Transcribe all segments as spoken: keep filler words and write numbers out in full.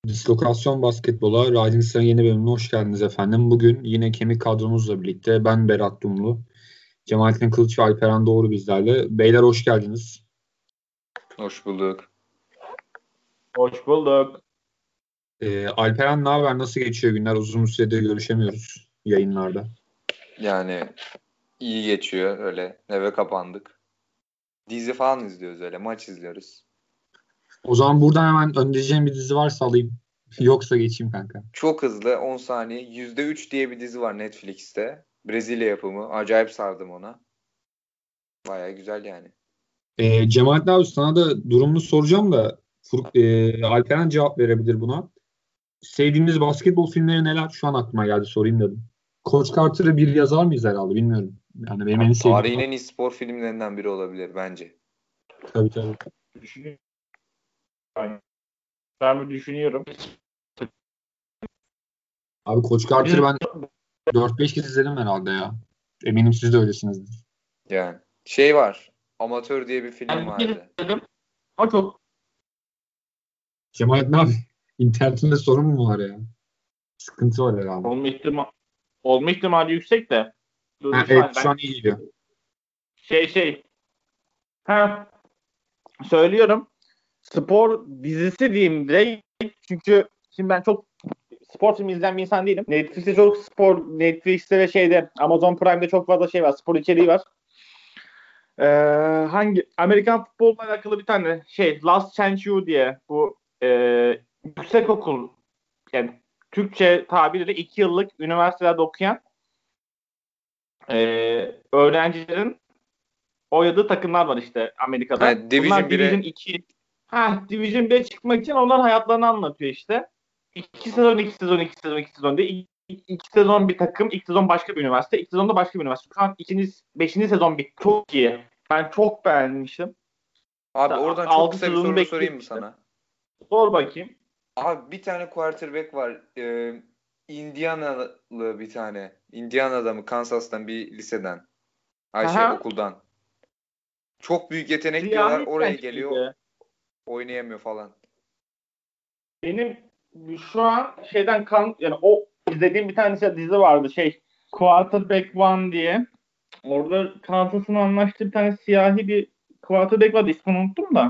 Dislokasyon Basketbol'a Rising Star'ın yeni bölümüne hoş geldiniz efendim. Bugün yine kemik kadromuzla birlikte ben Berat Dumlu, Cemalettin Kılıç ve Alperen Doğru bizlerle. Beyler hoş geldiniz. Hoş bulduk. Hoş bulduk. Ee, Alperen ne haber? Nasıl geçiyor günler? Uzun süredir görüşemiyoruz yayınlarda. Yani iyi geçiyor öyle. Eve kapandık. Dizi falan izliyoruz öyle. Maç izliyoruz. O zaman buradan hemen önereceğim bir dizi varsa alayım. Yoksa geçeyim kanka. Çok hızlı on saniye. yüzde üç diye bir dizi var Netflix'te. Brezilya yapımı. Acayip sardım ona. Baya güzel yani. Ee, Cemalettin abi sana da durumunu soracağım da Fur- e, Alperen cevap verebilir buna. Sevdiğiniz basketbol filmleri neler? Şu an aklıma geldi sorayım dedim. Coach Carter'ı bir yazar mıyız herhalde bilmiyorum. Yani benim en sevdiğim... Tarihin en iyi spor filmlerinden biri olabilir bence. Tabii tabii. Düşünüyorum. Ben bir düşünüyorum. Abi Coach Carter'ı ben dört beş kez izledim herhalde ya. Eminim siz de öylesinizdir. Yani şey var. Amatör diye bir film vardı. Ama çok Cemalet ne abi? İnternetinde sorun mu var ya? Sıkıntı var herhalde. olma ihtimal olma ihtimali yüksek de. Dur, Ha, bir saniye, evet şu ben- an iyi geliyor. Şey şey. Ha, söylüyorum. Spor dizisi diyeyim direkt. Çünkü şimdi ben çok spor filmi izleyen bir insan değilim. Netflix'te çok spor, Netflix'te ve şeyde Amazon Prime'de çok fazla şey var. Spor içeriği var. Ee, hangi Amerikan futbolla alakalı bir tane şey Last Chance U diye bu e, yüksek okul, yani Türkçe tabiriyle iki yıllık üniversitelerde okuyan e, öğrencilerin oynadığı takımlar var işte Amerika'da. Ha, Division Bunlar bire Division iki. Ha, Division bire çıkmak için onların hayatlarını anlatıyor işte. İki sezon, iki sezon, iki sezon, iki sezon diye. İki, iki sezon bir takım, ilk sezon başka bir üniversite, ilk sezonda başka bir üniversite. Şu an ikinci, beşinci sezon bir. Çok iyi. Ben çok beğenmiştim. Abi İşte oradan çok altı kısa bir sezonu soru sorayım mı bekliyorum sana? Sor bakayım. Abi bir tane quarterback var. Ee, Indianalı bir tane. Indiana'da mı? Kansas'tan bir liseden. Ayşe Aha. okuldan. Çok büyük yetenek diyorlar. Siyahi Oraya genç geliyor. miydi? Oynayamıyor falan. Benim şu an şeyden kan yani o izlediğim bir tane şey, dizi vardı şey Quarterback One diye. Orada Kansas'ın anlaştığı bir tane siyahi bir quarterback vardı. İsmini unuttum da.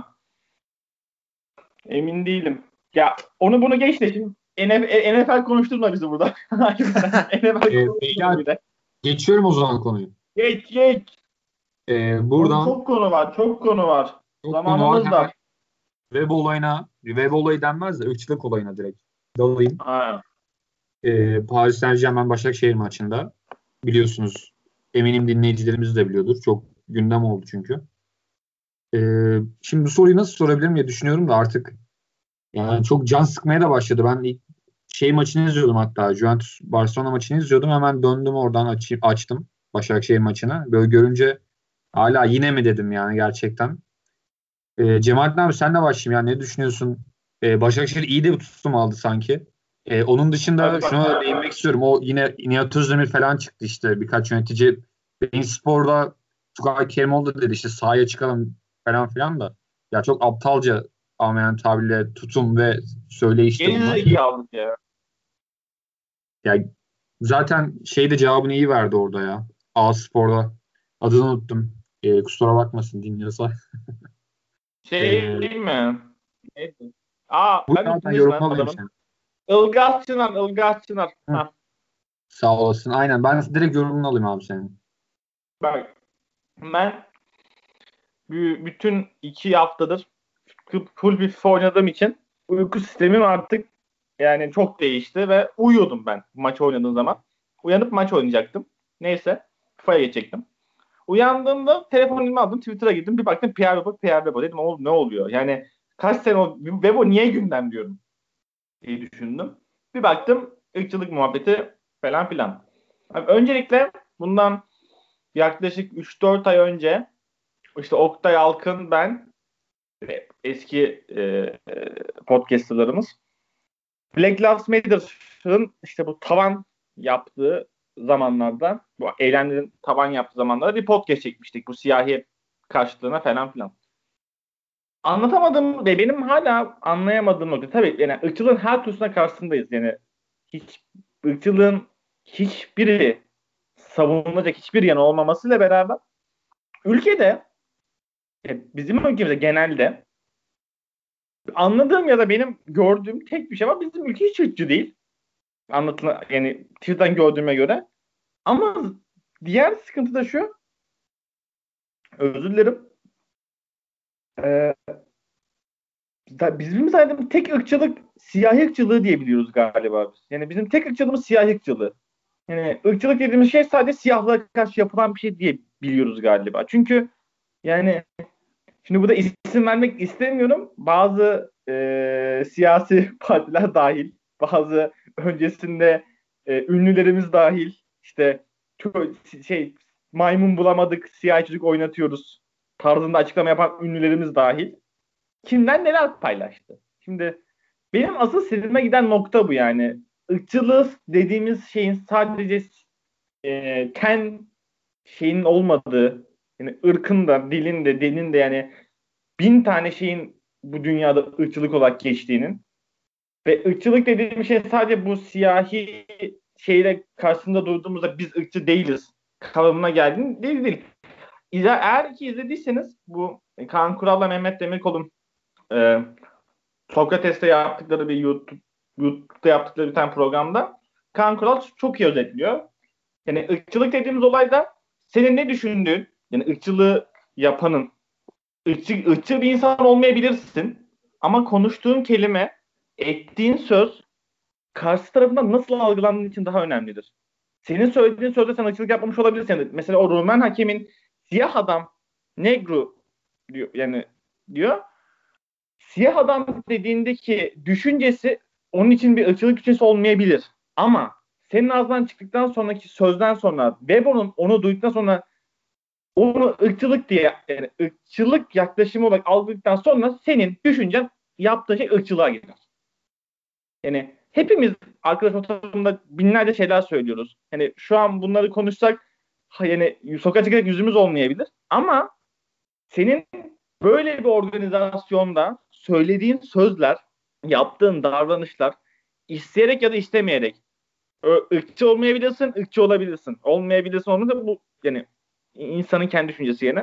Emin değilim. Ya onu bunu geç de şimdi N F L konuşturma bizi burada. N F L Ee, konuşturma beyler bir de. geçiyorum o zaman konuyu. Geç geç. Ee, Oğlum buradan çok konu var. Çok konu var. çok konu var. Zamanımız Hemen da. web olayına, web olayı denmez de ırkçılık olayına direkt dalayım. Ha. Ee, Paris Saint-Germain Başakşehir maçında biliyorsunuz, eminim dinleyicilerimiz de biliyordur. Çok gündem oldu çünkü. Ee, şimdi bu soruyu nasıl sorabilirim diye düşünüyorum da artık yani çok can sıkmaya da başladı. Ben ilk şey maçını izliyordum hatta. Juventus Barcelona maçını izliyordum. Hemen döndüm oradan aç, açtım Başakşehir maçını. Böyle görünce hala yine mi dedim yani gerçekten. Ee, Cemalettin abi senle başlayayım. Yani ne düşünüyorsun? Ee, Başakşehir iyi de bir tutum aldı sanki. Ee, onun dışında Hadi bak. şuna değinmek istiyorum. O yine Nihat Özdemir falan çıktı işte. Birkaç yönetici Bein Spor'da Tugay Kerimoğlu dedi işte sahaya çıkalım falan filan da. Ya çok aptalca ama tabirle tutum ve söyleyişti bunlar. Geri zekalı ya. Yani zaten şeyde cevabını iyi verdi orada ya. A Spor'da. Adını unuttum. Ee, kusura bakmasın dinliyorsa. Şey Ee, değil mi? Neydi? Aa, bu ben zaten unuttum ismini yorumunu alayım adamın. seni. Ilgaz Çınar, Ilgaz Çınar. Hı, Ha, sağ olasın. Aynen ben direkt yorumunu alayım abi senin. bak ben b- bütün iki haftadır full bir FIFA oynadığım için uyku sistemim artık yani çok değişti ve uyuyordum ben maç oynadığım zaman. Uyanıp maç oynayacaktım. Neyse FIFA'ya geçecektim. Uyandığımda telefonumu aldım, Twitter'a girdim. Bir baktım Pierre Bebo, Pierre Bebo. Dedim oğlum ne oluyor? Yani kaç sene o Bebo niye gündem diyorum diye düşündüm. Bir baktım ırkçılık muhabbeti falan filan. Abi öncelikle bundan yaklaşık üç dört ay önce işte Oktay Alkın, ben ve eski e, e, podcasterlarımız Black Lives Matter'ın işte bu tavan yaptığı zamanlarda, bu eylemlerin tavan yaptığı zamanlarda bir podcast çekmiştik bu siyahi karşıtlığına falan filan. anlatamadığım ve benim hala anlayamadığım nokta. Tabii yani ırkçılığın her türlüsüne karşısındayız. Yani hiç ırkçılığın hiçbiri savunulacak hiçbir yanı olmamasıyla beraber ülkede bizim ülkemizde genelde anladığım ya da benim gördüğüm tek bir şey var. Bizim ülke hiç ırkçı değil. Anlatılan yani Twitter'dan gördüğüme göre. Ama diğer sıkıntı da şu. Özür dilerim. Ee, bizim saydığımız tek ırkçılık siyahi ırkçılığı diye biliyoruz galiba biz. Yani bizim tek ırkçılığımız siyahi ırkçılığı. Yani ırkçılık dediğimiz şey sadece siyahlara karşı yapılan bir şey diye biliyoruz galiba. Çünkü yani şimdi burada isim vermek istemiyorum. Bazı e, siyasi partiler dahil, bazı öncesinde e, ünlülerimiz dahil, işte çok şey maymun bulamadık, siyah çocuk oynatıyoruz tarzında açıklama yapan ünlülerimiz dahil. Kimden neler paylaştı? Şimdi benim asıl sinirime giden nokta bu yani. Irkçılığı dediğimiz şeyin sadece e, ten şeyin olmadığı, yani ırkın da, dilin de, dinin de yani bin tane şeyin bu dünyada ırkçılık olarak geçtiğinin ve ırkçılık dediğim şey sadece bu siyahi şeyle karşısında durduğumuzda biz ırkçı değiliz kavramına geldiğini değil değil. Eğer ki izlediyseniz bu Kaan Kural'la Mehmet Demirkol'un e, Sokrates'te yaptıkları bir YouTube, YouTube'da yaptıkları bir tane programda Kaan Kural çok iyi özetliyor. Yani ırkçılık dediğimiz olayda senin ne düşündüğün, yani ırkçılığı yapanın ırkçı, ırkçı bir insan olmayabilirsin ama konuştuğun kelime, ettiğin söz karşı tarafından nasıl algılandığın için daha önemlidir. Senin söylediğin sözde sen ırkçılık yapmamış olabilirsin. Yani mesela o Rumen hakemin siyah adam negro diyor yani diyor. Siyah adam dediğindeki düşüncesi onun için bir ırkçılık düşüncesi olmayabilir. Ama senin ağzından çıktıktan sonraki sözden sonra Weber'ın onu duyduktan sonra onu ırkçılık diye yani ırkçılık yaklaşımı olarak algıladıktan sonra senin düşüncen yaptığın şey ırkçılığa girer. Yani hepimiz arkadaş ortamında binlerce şeyler söylüyoruz. Yani şu an bunları konuşsak yani sokağa çıkarak yüzümüz olmayabilir. Ama senin böyle bir organizasyonda söylediğin sözler, yaptığın davranışlar isteyerek ya da istemeyerek ırkçı olmayabilirsin, ırkçı olabilirsin. Olmayabilirsin onu da bu yani insanın kendi düşüncesi yine.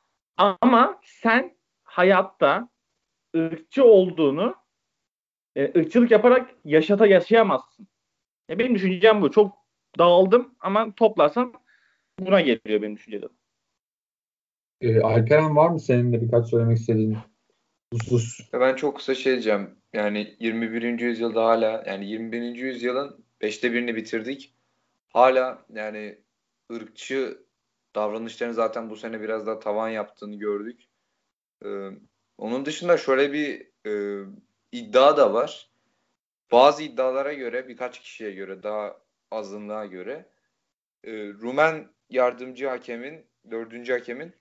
Ama sen hayatta ırkçı olduğunu e, ırkçılık yaparak yaşata yaşayamazsın. Ya benim düşüncem bu. Çok dağıldım ama toplarsam buna geliyor benim düşüncelerim. E, Alperen var mı senin de birkaç söylemek istediğin husus? Ben çok kısa şey diyeceğim. Yani yirmi birinci yüzyılda hala yani yirmi birinci yüzyılın beşte birini bitirdik. Hala yani ırkçı davranışların zaten bu sene biraz daha tavan yaptığını gördük. Ee, onun dışında şöyle bir e, iddia da var. Bazı iddialara göre, birkaç kişiye göre, daha azınlığa göre e, Rumen yardımcı hakemin, dördüncü hakemin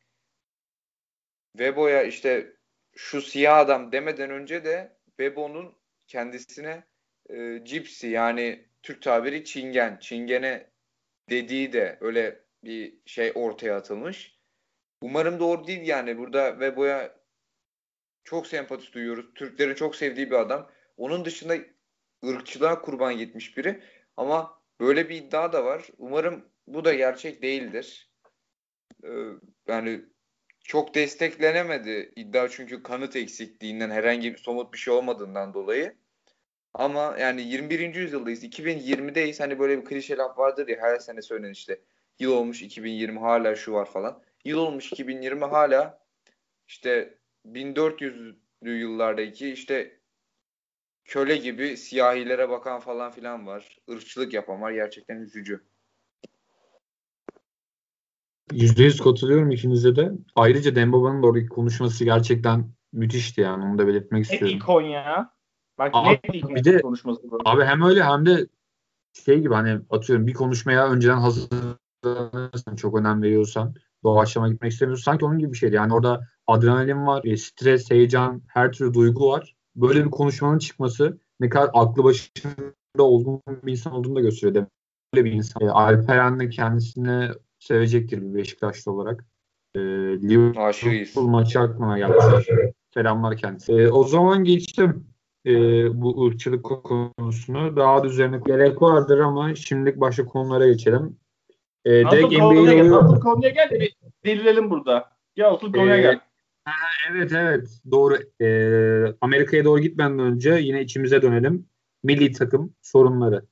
Webo'ya işte şu siyah adam demeden önce de Webo'nun kendisine e, Gypsy yani Türk tabiri Çingen, Çingene dediği de öyle bir şey ortaya atılmış. Umarım doğru değil yani. Burada Webo'ya çok sempati duyuyoruz. Türklerin çok sevdiği bir adam. Onun dışında ırkçılığa kurban gitmiş biri. Ama böyle bir iddia da var. Umarım bu da gerçek değildir. Ee, yani çok desteklenemedi iddia çünkü kanıt eksikliğinden herhangi bir somut bir şey olmadığından dolayı. Ama yani yirmi birinci yüzyıldayız. iki bin yirmideyiz. Hani böyle bir klişe laf vardır ya her sene söylenen işte. Yıl olmuş iki bin yirmi hala şu var falan. Yıl olmuş iki bin yirmi hala işte bin dört yüzlü yıllardaki işte köle gibi siyahilere bakan falan filan var. Irkçılık yapan var. Gerçekten üzücü. yüzde yüz katılıyorum ikinize de. Ayrıca Dembaba'nın da oradaki konuşması gerçekten müthişti yani. Onu da belirtmek Ne istiyorum. ikon ya. Bak Abi, ne ikon bir de konuşması bu. abi hem öyle hem de şey gibi hani atıyorum bir konuşmaya önceden hazırlanırsın, çok önem veriyorsan, doğaçlama gitmek istemiyorsan, sanki onun gibi bir şeydi. Yani orada adrenalin var, e, stres, heyecan, her türlü duygu var. Böyle bir konuşmanın çıkması ne kadar aklı başında olduğun bir insan olduğunu da gösteriyor. Böyle bir insan. E, Alperen de kendisini sevecektir bir Beşiktaşlı olarak. E, Liverpool Aşığıyız. maçı aklıma geldi. Selamlar kendisi. E, o zaman geçtim e, bu ırkçılık konusunu. Daha da üzerine gerek vardır ama şimdilik başka konulara geçelim. E, Asıl direkt konuya N B A'ye gel. Asıl doğru. konuya gel de bir delirelim burada. Gel asıl konuya E, gel. evet evet doğru. E, Amerika'ya doğru gitmeden önce yine içimize dönelim. Milli takım sorunları.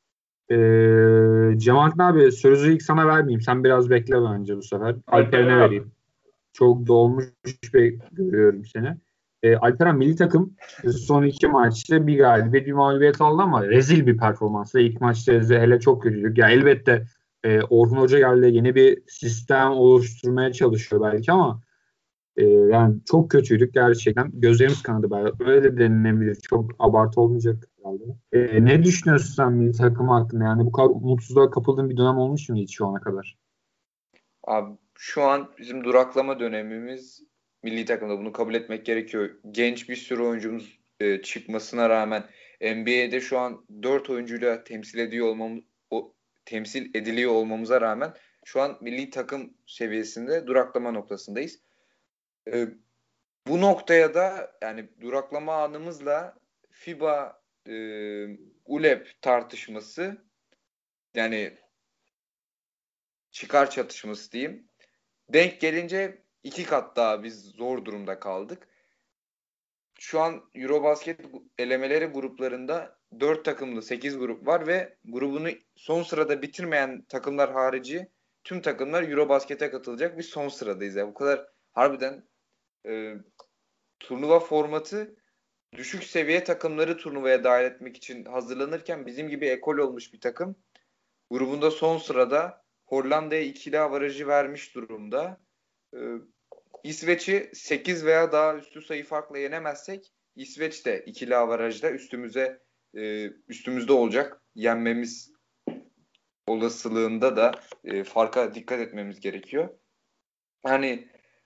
E, Cemalettin abi sözü ilk sana vermeyeyim. Sen biraz bekle bence bu sefer. Alper'ine Alper abi. vereyim. Çok dolmuş bir görüyorum seni. E, Alperen milli takım son iki maçta bir galibiyet bir mağlubiyet aldı ama rezil bir performansla. İlk maçta hele çok kötüydük. Ya elbette e, Orhun Hoca geldi yeni bir sistem oluşturmaya çalışıyor belki ama e, yani çok kötüydük gerçekten. Gözlerimiz kanadı belki. Öyle de denilebilir. Çok abartı olmayacak herhalde. E, ne düşünüyorsun sen milli takım hakkında? Yani bu kadar umutsuzluğa kapıldığın bir dönem olmuş mu hiç şu ana kadar? Abi şu an bizim duraklama dönemimiz milli takımda, bunu kabul etmek gerekiyor. Genç bir sürü oyuncumuz e, çıkmasına rağmen N B A'de şu an dört oyuncuyla temsil ediyor olmamız o, temsil ediliyor olmamıza rağmen şu an milli takım seviyesinde duraklama noktasındayız. E, bu noktaya da yani duraklama anımızla FIBA e, U L E P tartışması, yani çıkar çatışması diyeyim, denk gelince iki kat daha biz zor durumda kaldık. Şu an Eurobasket elemeleri gruplarında dört takımlı sekiz grup var ve grubunu son sırada bitirmeyen takımlar harici tüm takımlar Eurobasket'e katılacak. Biz son sıradayız. Yani bu kadar harbiden e, turnuva formatı düşük seviye takımları turnuvaya dahil etmek için hazırlanırken bizim gibi ekol olmuş bir takım grubunda son sırada Hollanda'ya ikili avarajı vermiş durumda. Ee, İsveç'i sekiz veya daha üstü sayı farkla yenemezsek İsveç de ikili avarajda üstümüze e, üstümüzde olacak. Yenmemiz olasılığında da e, farka dikkat etmemiz gerekiyor. Hani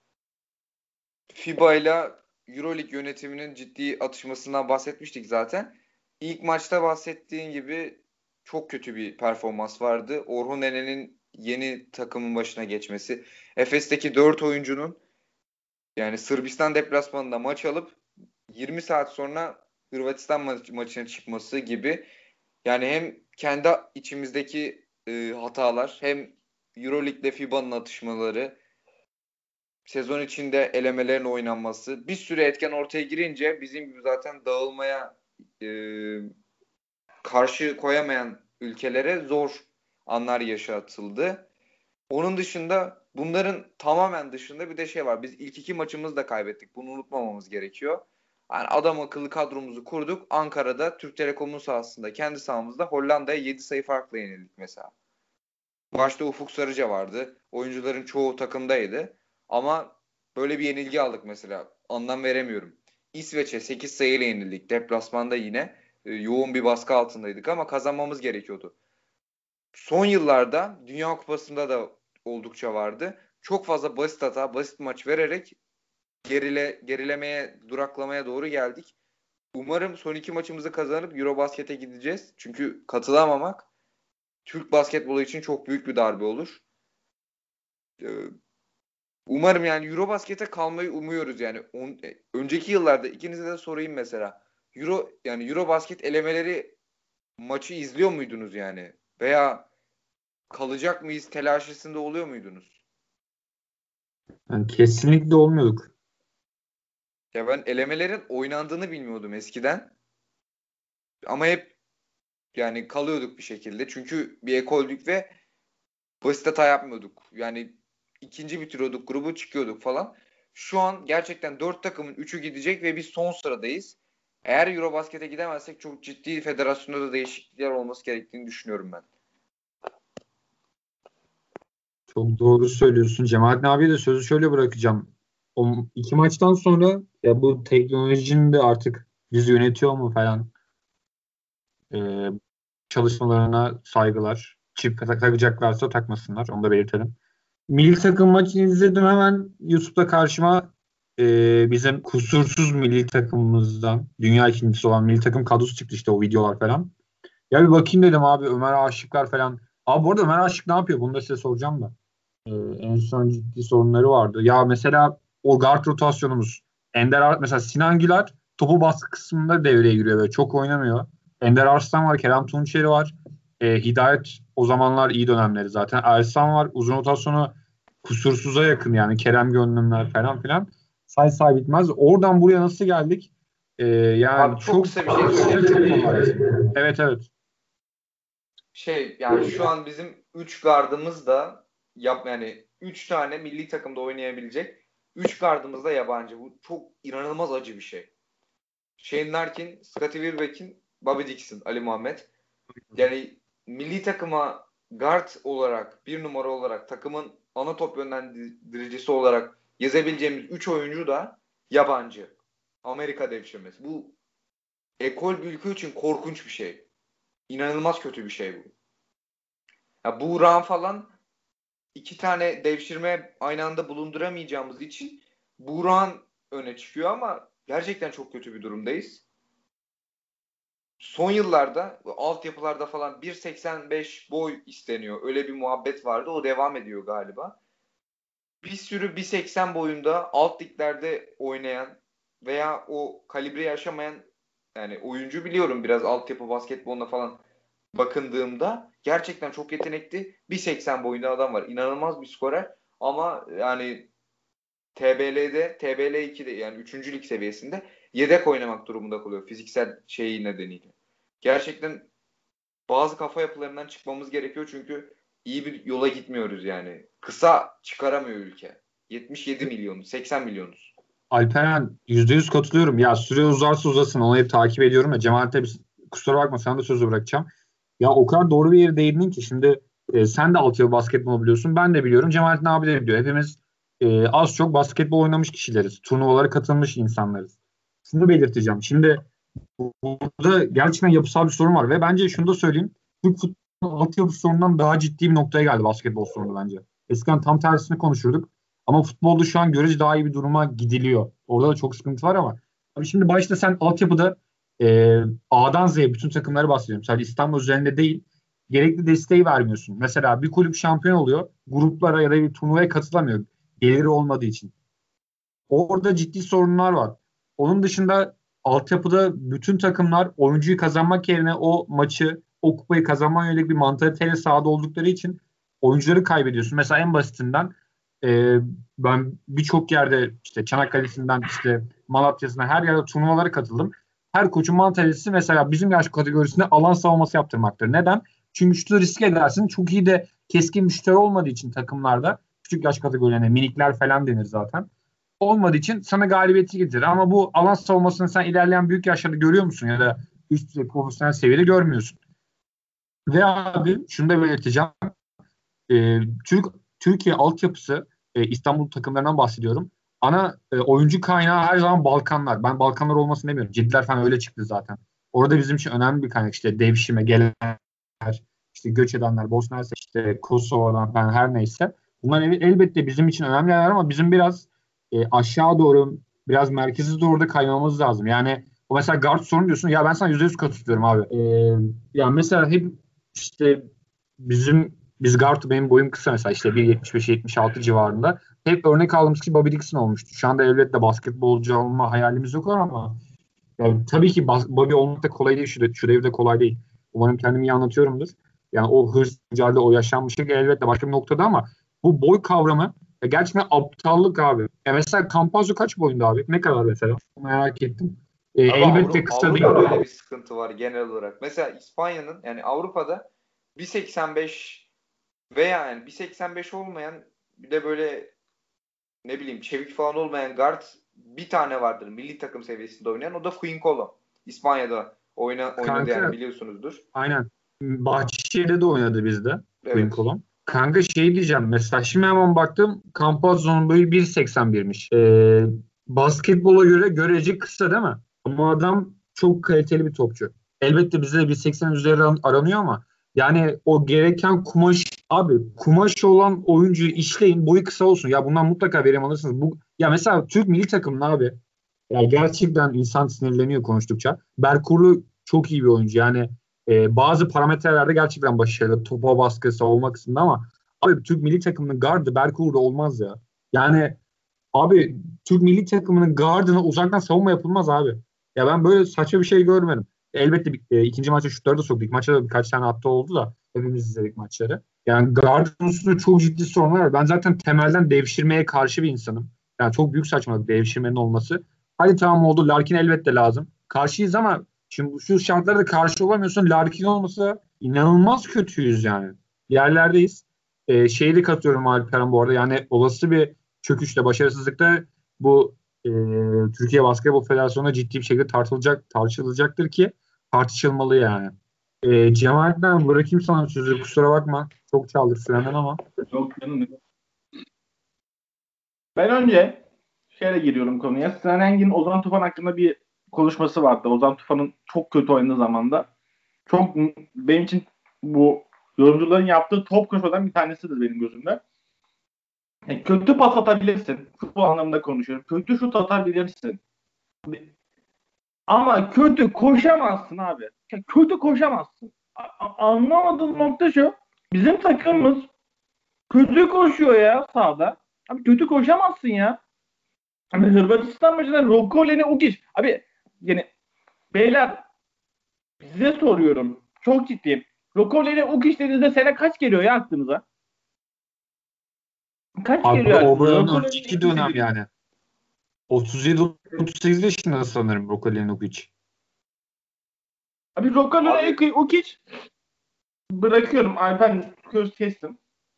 FIBA ile EuroLeague yönetiminin ciddi atışmasından bahsetmiştik zaten. İlk maçta bahsettiğin gibi çok kötü bir performans vardı. Orhun Ene'nin yeni takımın başına geçmesi, Efes'teki dört oyuncunun yani Sırbistan deplasmanında maç alıp yirmi saat sonra Hırvatistan ma- maçına çıkması gibi, yani hem kendi içimizdeki e, hatalar hem EuroLeague'de FIBA'nın atışmaları, sezon içinde elemelerin oynanması, bir sürü etken ortaya girince bizim gibi zaten dağılmaya e, karşı koyamayan ülkelere zor anlar yaşatıldı. Onun dışında, bunların tamamen dışında bir de şey var. Biz ilk iki maçımızı da kaybettik. Bunu unutmamamız gerekiyor. Yani adam akıllı kadromuzu kurduk. Ankara'da Türk Telekom'un sahasında, kendi sahamızda Hollanda'ya yedi sayı farkla yenildik mesela. Başta Ufuk Sarıca vardı. Oyuncuların çoğu takımdaydı. Ama böyle bir yenilgi aldık mesela. Anlam veremiyorum. İsveç'e sekiz sayıyla yenildik. Deplasmanda yine e, yoğun bir baskı altındaydık ama kazanmamız gerekiyordu. Son yıllarda Dünya Kupası'nda da oldukça vardı. Çok fazla basit hata, basit maç vererek gerile, gerilemeye, duraklamaya doğru geldik. Umarım son iki maçımızı kazanıp Eurobasket'e gideceğiz. Çünkü katılamamak Türk basketbolu için çok büyük bir darbe olur. Ee, umarım yani Eurobasket'e kalmayı umuyoruz yani. On, önceki yıllarda ikinize de sorayım mesela. Euro yani Eurobasket elemeleri maçı izliyor muydunuz yani? Veya kalacak mıyız telaşesinde oluyor muydunuz? Yani kesinlikle olmuyorduk. Ya ben elemelerin oynandığını bilmiyordum eskiden. Ama hep yani kalıyorduk bir şekilde. Çünkü bir ekoldük ve basit hata yapmıyorduk. Yani ikinci bitiriyorduk, grubu çıkıyorduk falan. Şu an gerçekten dört takımın üçü gidecek ve biz son sıradayız. Eğer Eurobasket'e gidemezsek çok ciddi federasyonda da değişiklikler olması gerektiğini düşünüyorum ben. Çok doğru söylüyorsun. Cemalettin abiye de sözü şöyle bırakacağım. O iki maçtan sonra ya bu teknolojinin de artık bizi yönetiyor mu falan e, çalışmalarına saygılar. Çip tak- takacaklarsa takmasınlar. Onu da belirtelim. Milli takım maçını izledim hemen YouTube'da karşıma e, bizim kusursuz milli takımımızdan dünya ikincisi olan milli takım kadrosu çıktı işte o videolar falan. Ya bir bakayım dedim abi Ömer Aşıklar falan. Abi bu arada Ömer Aşık ne yapıyor? Bunu da size soracağım da. Ee, en son ciddi sorunları vardı. Ya mesela o guard rotasyonumuz Ender Ar- mesela Sinan Güler topu baskı kısmında devreye giriyor böyle. Çok oynamıyor. Ender Arslan var, Kerem Tunçeri var. E, Hidayet o zamanlar iyi dönemleri zaten. Ersan var. Uzun rotasyonu kusursuza yakın yani. Kerem Gönlümler falan filan. Say say bitmez. Oradan buraya nasıl geldik? E, yani Abi çok çok kısa bir şey söyleyeyim. Evet evet. Şey yani şu an bizim üç gardımız da yap yani üç tane milli takımda oynayabilecek üç gardımız da yabancı. Bu çok inanılmaz acı bir şey. Shane Larkin, Scottie Wilbeck'in, Bobby Dixon, Ali Muhammed. Yani milli takıma guard olarak, bir numara olarak, takımın ana top yönlendiricisi olarak yazabileceğimiz üç oyuncu da yabancı. Amerika devşirmesi. Bu ekol bir ülke için korkunç bir şey. İnanılmaz kötü bir şey bu. Ya Buğra'nın falan iki tane devşirme aynı anda bulunduramayacağımız için Buğra'nın öne çıkıyor ama gerçekten çok kötü bir durumdayız. Son yıllarda altyapılarda falan bir seksen beş boy isteniyor. Öyle bir muhabbet vardı. O devam ediyor galiba. Bir sürü bir seksen boyunda alt liglerde oynayan veya o kalibreyi aşamayan yani oyuncu biliyorum biraz altyapı basketboluna falan bakındığımda gerçekten çok yetenekli. bir seksen boyunda adam var. İnanılmaz bir skorer ama yani T B L'de, T B L ikide yani üçüncü lig seviyesinde yedek oynamak durumunda kalıyor fiziksel şeyi nedeniyle. Gerçekten bazı kafa yapılarından çıkmamız gerekiyor çünkü iyi bir yola gitmiyoruz yani. Kısa çıkaramıyor ülke. yetmiş yedi milyon, seksen milyonuz. Alperen yüzde yüz katılıyorum. Ya süre uzarsa uzasın. Onu hep takip ediyorum ya. Cemalet'e bir, kusura bakma sana da sözü bırakacağım. Ya o kadar doğru bir yere değindin ki şimdi e, sen de altyapı basketbol biliyorsun. Ben de biliyorum. Cemalet'in abi de biliyor. Hepimiz e, az çok basketbol oynamış kişileriz. Turnuvalara katılmış insanlarız. Şunu belirteceğim. Şimdi burada gerçekten yapısal bir sorun var ve bence şunu da söyleyeyim. Türk futbolu altyapı sorunundan daha ciddi bir noktaya geldi basketbol sorunu bence. Eskiden tam tersini konuşurduk. Ama futbolda şu an görece daha iyi bir duruma gidiliyor. Orada da çok sıkıntı var ama. Abi şimdi başta sen altyapıda e, A'dan Z'ye bütün takımları bahsediyorum. Sadece İstanbul üzerinde değil. Gerekli desteği vermiyorsun. Mesela bir kulüp şampiyon oluyor. Gruplara ya da bir turnuvaya katılamıyor. Geliri olmadığı için. Orada ciddi sorunlar var. Onun dışında altyapıda bütün takımlar oyuncuyu kazanmak yerine o maçı, o kupayı kazanmaya yönelik bir mantaliteyle sahada oldukları için oyuncuları kaybediyorsun. Mesela en basitinden e, ben birçok yerde işte Çanakkale'sinden işte Malatya'sına her yerde turnuvalara katıldım. Her koçun mantalitesi mesela bizim yaş kategorisinde alan savunması yaptırmaktır. Neden? Çünkü şutu risk edersin. Çok iyi de keskin müşteri olmadığı için takımlarda küçük yaş kategorilerine minikler falan denir zaten olmadığı için sana galibiyeti getirir. Ama bu alan savunmasını sen ilerleyen büyük yaşlarda görüyor musun ya da üst düzey profesyonel seviyede görmüyorsun. Ve abi şunu da belirteceğim. Ee, Türk Türkiye altyapısı e, İstanbul takımlarından bahsediyorum. Ana e, oyuncu kaynağı her zaman Balkanlar. Ben Balkanlar olmasını demiyorum. Cediler falan öyle çıktı zaten. Orada bizim için önemli bir kaynak işte devşime gelenler, işte göç edenler, Bosna Hersek, işte Kosova'dan falan her neyse. Bunlar el, elbette bizim için önemli yerler ama bizim biraz e, aşağı doğru biraz merkezi doğru da kaymamız lazım. Yani o mesela guard sorun diyorsun. Ya ben sana yüzde yüz katılıyorum abi. E, ya mesela hep işte bizim biz guard benim boyum kısa mesela işte bir yetmiş beş yetmiş altı civarında. Hep örnek aldığımız ki Bobby Dixon olmuştu. Şu anda elbette basketbolcu olma hayalimiz yok ama yani tabii ki bas- Bobby olmak da kolay değil. Şu, şu devirde kolay değil. Umarım kendimi iyi anlatıyorumdur. Yani o hırs, mücadele, o yaşanmışlık elbette başka bir noktada ama bu boy kavramı ya gerçekten aptallık abi. Ya mesela Campazzo kaç boyunda abi? Ne kadar mesela? Merak ettim. E, Abi elbette Avru- kısa değil. Avrupa'da öyle bir sıkıntı var genel olarak. Mesela İspanya'nın yani Avrupa'da bir seksen beş veya yani bir seksen beş olmayan bir de böyle ne bileyim çevik falan olmayan guard bir tane vardır milli takım seviyesinde oynayan. O da Quincolo. İspanya'da oyna, oynadı yani Kanka biliyorsunuzdur. aynen. Bahçeşehir'de de oynadı bizde. Queen Evet. Colom. Kanka şey diyeceğim. Mesela şimdi hemen baktım. Campazzo'nun boyu bir seksen birmiş. Ee, basketbola göre görece kısa değil mi? Ama adam çok kaliteli bir topçu. Elbette bizde de bir seksen üzeri aranıyor ama yani o gereken kumaş abi kumaş olan oyuncuyu işleyin boyu kısa olsun. Ya bundan mutlaka verim alırsınız. Bu, ya mesela Türk milli takımının abi ya gerçekten insan sinirleniyor konuştukça. Berkurlu çok iyi bir oyuncu. Yani e, bazı parametrelerde gerçekten başarılı. Topa baskı, savunma kısmında ama abi Türk milli takımının gardı Berkurlu olmaz ya. Yani Abi Türk milli takımının gardına uzaktan savunma yapılmaz abi. Ya ben böyle saçma bir şey görmedim. Elbette bir, e, ikinci maçta şutları da soktu. İlk maçta da birkaç tane attı oldu da hepimiz izledik maçları. Yani gardın üstünde çok ciddi sorunlar var. Ben zaten temelden devşirmeye karşı bir insanım. Yani çok büyük saçmalık devşirmenin olması. Hadi tamam oldu. Larkin elbette lazım. Karşıyız ama şimdi şu şartlarda karşı olamıyorsun. Larkin olmasa inanılmaz kötüyüz yani. Yerlerdeyiz. Ee, şeyi de katıyorum Alperen bu arada. Yani olası bir çöküşle, başarısızlıkta bu e, Türkiye Basketbol Federasyonu'na ciddi bir şekilde tartılacak, tartışılacaktır ki tartışılmalı yani. E, Cemal'den bırakayım sana sözü. Kusura bakma. Çok çaldık sürenden ama. Çok canım. Ben önce şöyle giriyorum konuya. Sinan Engin'in Ozan Tufan hakkında bir konuşması vardı. Ozan Tufan'ın çok kötü oynadığı zamanda. Çok benim için bu yorumcuların yaptığı top koşmadan bir tanesidir benim gözümde. Yani kötü pas atabilirsin. Futbol anlamında konuşuyorum. Kötü şut atabilirsin. Ama kötü koşamazsın abi. Yani kötü koşamazsın. A- anlamadığım nokta şu. Bizim takımımız kötü koşuyor ya sahada. Abi kötü koşamazsın ya. Abi Hırvatistan maçında Rokoleni Ugic. Abi yani beyler size soruyorum. Çok ciddiyim. Rokoleni Ugic dediğinizde sene kaç geliyor ya aklınıza? Kaç Abi geliyor o aklınıza? buranın Rokoleni önceki dönem yani. otuz yedi otuz sekiz yaşında sanırım Rokoleni Ugic. Abi Rokoleni Ugic bırakıyorum. Alpen göz kestim.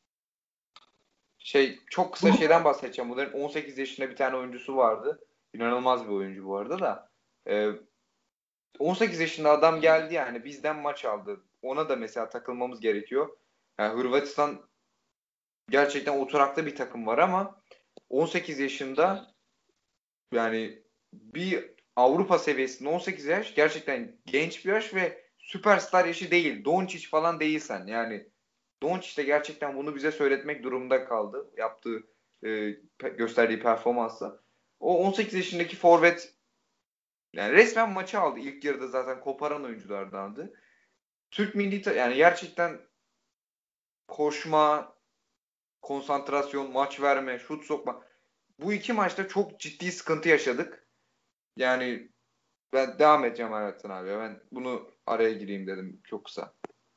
Şey çok kısa şeyden bahsedeceğim. Bunların on sekiz yaşında bir tane oyuncusu vardı. İnanılmaz bir oyuncu bu arada da. Ee, on sekiz yaşında adam geldi yani bizden maç aldı. Ona da mesela takılmamız gerekiyor. Yani Hırvatistan gerçekten oturaklı bir takım var ama on sekiz yaşında yani bir Avrupa seviyesinde on sekiz yaş gerçekten genç bir yaş ve süperstar yaşı değil. Doncic falan değilsen yani Doncic de gerçekten bunu bize söyletmek durumunda kaldı. Yaptığı e, gösterdiği performansla. O on sekiz yaşındaki forvet yani resmen maçı aldı. İlk yarıda zaten koparan oyunculardandı. Türk milli ta- yani gerçekten koşma, konsantrasyon, maç verme, şut sokma. Bu iki maçta çok ciddi sıkıntı yaşadık. Yani ben devam edeceğim Hayatın abi. Ben bunu araya gireyim dedim çok kısa.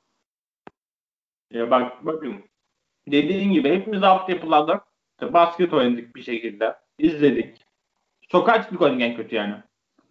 Ya bak bakın dediğin gibi hepimiz altyapılarda işte basket oynadık bir şekilde. İzledik. Sokağa çıktık oynadık en kötü yani.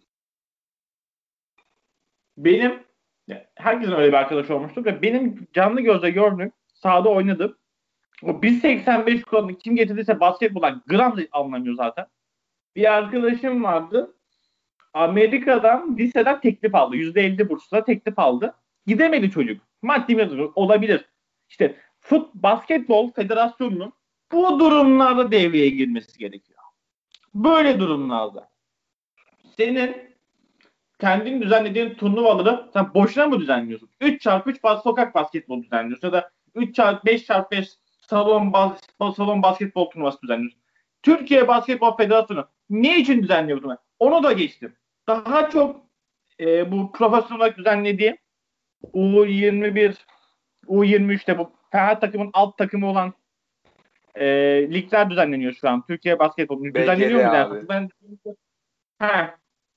Benim herkesin öyle bir arkadaş olmuştur ve benim canlı gözle gördüğüm sahada oynadım. O bir seksen beş kuralını kim getirdiyse basketboldan gram da anlamıyor zaten. Bir arkadaşım vardı. Amerika'dan liseden teklif aldı. yüzde elli bursla teklif aldı. Gidemedi çocuk. Maddi bir olabilir. İşte Fut Basketbol Federasyonu'nun bu durumlarda devreye girmesi gerekiyor. Böyle durumlarda. Senin kendin düzenlediğin turnuvaları sen boşuna mı düzenliyorsun? üç çarpı üç bas sokak basketbol düzenliyorsun ya da üç çarpı beş çarpı beş salon bas salon basketbol turnuvası düzenliyorsun. Türkiye Basketbol Federasyonu ne için düzenliyor bunu? Onu da geçtim. Daha çok e, bu profesyonel olarak düzenlediği U yirmi bir, U yirmi üçte bu her takımın alt takımı olan e, ligler düzenleniyor şu an. Türkiye Basketbol düzenleniyor mu? abi. Ben ha.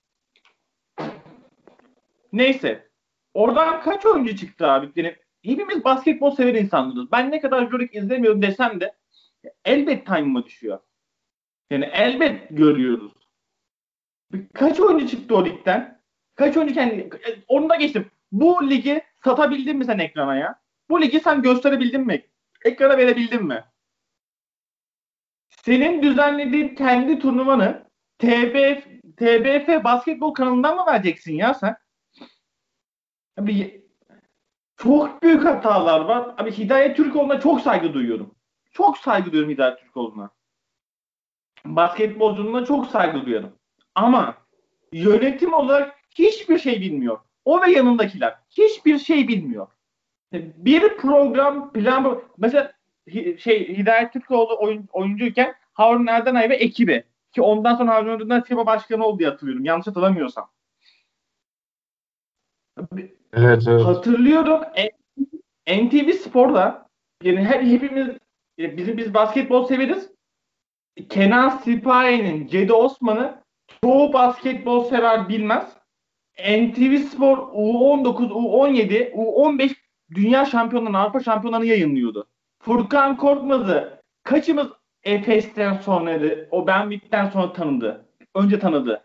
Neyse. Oradan kaç oyuncu çıktı abi? Yani hepimiz basketbol sever insanlarız. Ben ne kadar Euroleague izlemiyorum desem de elbet time'ıma düşüyor. Yani elbet görüyoruz. Kaç oyuncu çıktı o ligden? Kaç oyuncu kendi... Onu da geçtim. Bu ligi satabildin mi sen ekrana ya? Bu ligi sen gösterebildin mi? Ekrana verebildin mi? Senin düzenlediğin kendi turnuvanı T B F, T B F basketbol kanalından mı vereceksin ya sen? Abi çok büyük hatalar var. Abi Hidayet Türkoğlu'na çok saygı duyuyorum. Çok saygı duyuyorum Hidayet Türkoğlu'na. Basketbolculuğuna çok saygı duyuyorum. Ama yönetim olarak hiçbir şey bilmiyor. O ve yanındakiler hiçbir şey bilmiyor. Bir program plan mesela şey Hidayet Türkoğlu oyun, oyuncuyken Harun Erdenay ve ekibi ki ondan sonra Harun Erdenay FIBA başkanı oldu diye hatırlıyorum. Yanlış hatırlamıyorsam. Evet, evet. Hatırlıyorum. N T V Spor'da yani her hepimiz bizim biz basketbol severiz. Kenan Sipahi'nin Cedi Osman'ı çoğu basketbol sever bilmez. N T V Spor U on dokuz, U on yedi, U on beş dünya şampiyonlarını, Avrupa şampiyonlarını yayınlıyordu. Furkan Korkmaz'ı kaçımız Efes'ten sonra, o Ben Bitten sonra tanıdı. Önce tanıdı.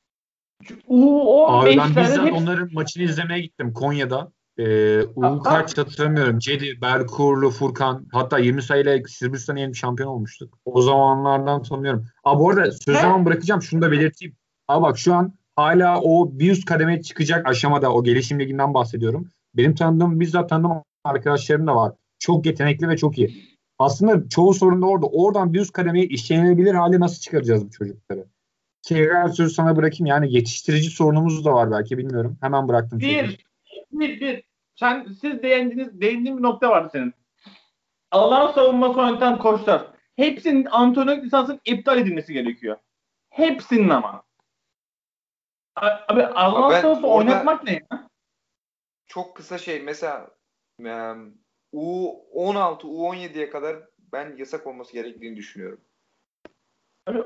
Abi ben U on beşlerde bizzat hep onların maçını izlemeye gittim Konya'da. Ee, U kaç hatırlamıyorum. Cedi, Berkurlu, Furkan, hatta yirmi sayıyla Sırbistan'ı yenip şampiyon olmuştuk. O zamanlardan tanıyorum. Abi bu arada söz zaman bırakacağım. Şunu da belirteyim. Abi bak şu an hala o bir üst kademeye çıkacak aşamada, o gelişim liginden bahsediyorum. Benim tanıdığım, bizzat tanıdığım arkadaşlarım da var. Çok yetenekli ve çok iyi. Aslında çoğu sorun da orada. Oradan bir üst kademeye işlenebilir hale nasıl çıkaracağız bu çocukları? Tekrar sözü sana bırakayım. Yani yetiştirici sorunumuz da var belki, bilmiyorum. Hemen bıraktım sözü. bir, bir, bir. Sen, siz değindiniz, değindiğin bir nokta vardı senin. Alan savunması oynatan koçlar. Hepsinin antrenörlük lisansının iptal edilmesi gerekiyor. Hepsinin ama. Abi alan Ben savunması orada oynatmak ne ya? çok kısa şey mesela e, U on altı, U on yediye kadar ben yasak olması gerektiğini düşünüyorum. Abi,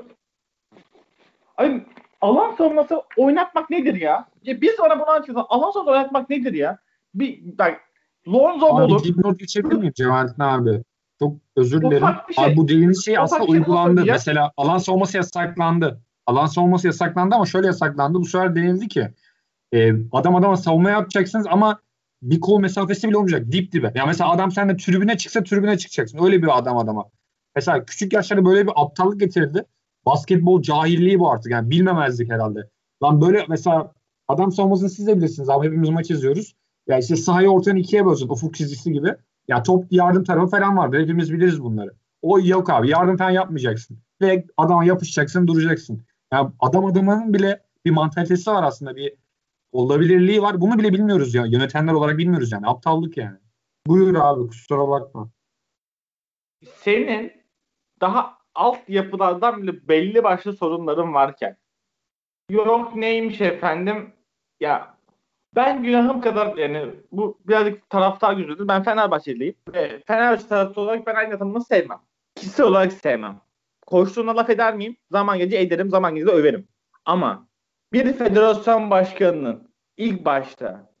abi alan savunması oynatmak nedir ya? ya biz bana bunu açıyoruz. Alan savunması oynatmak nedir ya? Bir bak Lonzo Abi olur. dipnot geçebilir miyim Cemalettin abi? Çok özür dilerim. Ufak bir Abi şey. bu dediğiniz şey Ufak aslında bir şey daha uygulandı. söyleyeceğim. Mesela alan savunması yasaklandı. Alan savunması yasaklandı ama şöyle yasaklandı. Bu sefer denildi ki e, adam adama savunma yapacaksınız ama bir kol mesafesi bile olmayacak. Dip dibe. Ya mesela adam seninle tribüne çıksa tribüne çıkacaksın. Öyle bir adam adama. Mesela küçük yaşlarda böyle bir aptallık getirildi. Basketbol cahilliği bu artık. Yani bilmemezlik herhalde. Lan böyle mesela adam savunmasını siz de bilirsiniz abi. Hepimiz maç izliyoruz. Ya işte sahayı ortadan ikiye böleceksin. Ufuk çizgisi gibi. Ya top yardım tarafı falan vardır. Hepimiz biliriz bunları. O yok abi. Yardım falan yapmayacaksın. Ve adama yapışacaksın, duracaksın. Ya adam adamının bile bir mantalitesi var aslında. Bir olabilirliği var. Bunu bile bilmiyoruz ya. Yönetenler olarak bilmiyoruz yani. Aptallık yani. Buyur abi, kusura bakma. Senin daha alt yapılardan bile belli başlı sorunların varken yok neymiş efendim ya ben günahım kadar yani bu birazcık taraftar gözüdür. Ben Fenerbahçeliyim. Ve Fenerbahçe taraftarı olarak ben aynı adamını sevmem. Kişisel olarak sevmem. Koştuğuna laf eder miyim? Zaman gelince ederim. Zaman gelince de överim. Ama bir federasyon başkanının ilk başta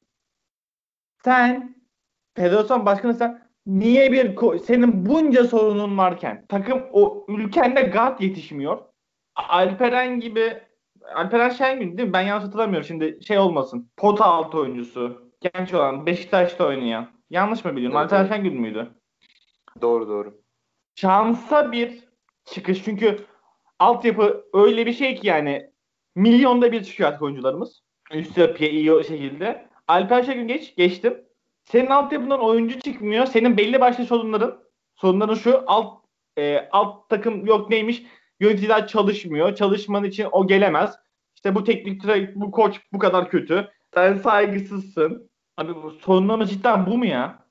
sen federasyon başkanı sen niye bir ko- senin bunca sorunun varken takım o ülkende guard yetişmiyor. Alperen gibi Alperen Şengün değil mi? Ben yanlış hatırlamıyorum şimdi şey olmasın. Pota altı oyuncusu. Genç olan Beşiktaş'ta oynayan. Yanlış mı biliyorum? Evet, Alperen evet. Şengün müydü? Doğru doğru. Şansa bir çıkış. Çünkü altyapı öyle bir şey ki yani milyonda bir çıkıyor artık oyuncularımız. Üst yapıya iyi o şekilde. Alper Şengün geç, geçtim. Senin altyapından oyuncu çıkmıyor. Senin belli başlı sorunların sorunların şu alt e, alt takım yok neymiş? Yöneticiler çalışmıyor. Çalışman için o gelemez. İşte bu teknik direkt bu koç bu kadar kötü. Sen saygısızsın. Abi bu sorunlarımız cidden bu mu ya?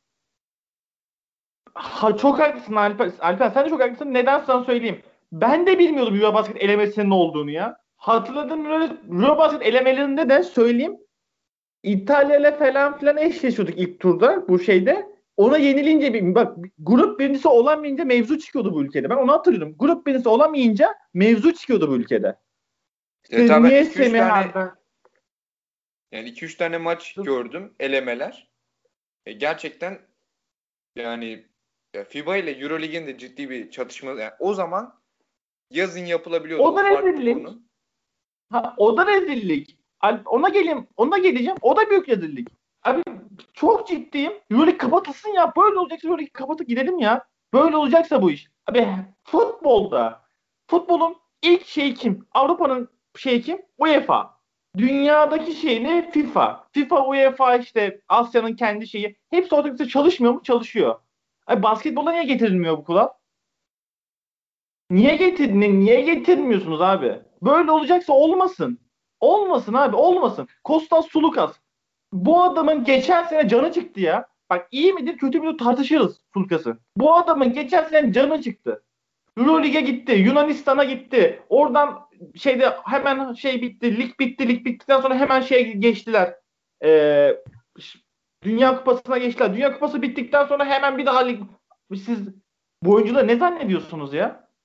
Ha, çok haklısın Alper. Alper sen de çok haklısın. Neden sana söyleyeyim. Ben de bilmiyordum Eurobasket elemesinin ne olduğunu ya. Hatırladığım Eurobasket elemelerinde de söyleyeyim. İtalya ile falan filan eşleşiyorduk ilk turda bu şeyde. Ona yenilince bir bak grup birincisi olamayınca mevzu çıkıyordu bu ülkede. Ben onu hatırlıyorum. Grup birincisi olamayınca mevzu çıkıyordu bu ülkede. Evet İşte abi ben niye iki üç Semih tane abi? yani iki üç tane maç gördüm elemeler. E, gerçekten yani ya FIBA ile EuroLeague'in de ciddi bir çatışma. Yani o zaman yazın yapılabiliyordu. O O da farklı rezillik. konu. Ha, o da rezillik. Al- Ona geleyim, ona geleceğim. O da büyük rezillik. Abi çok ciddiyim. Böyle kapatılsın ya. Böyle olacaksa böyle kapatıp gidelim ya. Böyle olacaksa bu iş. Abi futbolda futbolun ilk şeyi kim? Avrupa'nın şeyi kim? UEFA. Dünyadaki şey ne? FIFA. FIFA, UEFA işte Asya'nın kendi şeyi. Hepsi ortakta çalışmıyor mu? Çalışıyor. Abi basketbola niye getirilmiyor bu kural? Niye getir niye getirmiyorsunuz abi? Böyle olacaksa olmasın. Olmasın abi, olmasın. Kostas Sulukas. Bu adamın geçen sene canı çıktı ya. Bak iyi midir kötü müdür tartışırız Sulukas'ı. Bu adamın geçen sene canı çıktı. Euroleague'e gitti, Yunanistan'a gitti. Oradan şeyde hemen şey bitti, lig bitti, lig bittikten sonra hemen şey geçtiler. Ee, Dünya Kupası'na geçtiler. Dünya Kupası bittikten sonra hemen bir daha lig. Siz bu oyuncuları ne zannediyorsunuz ya?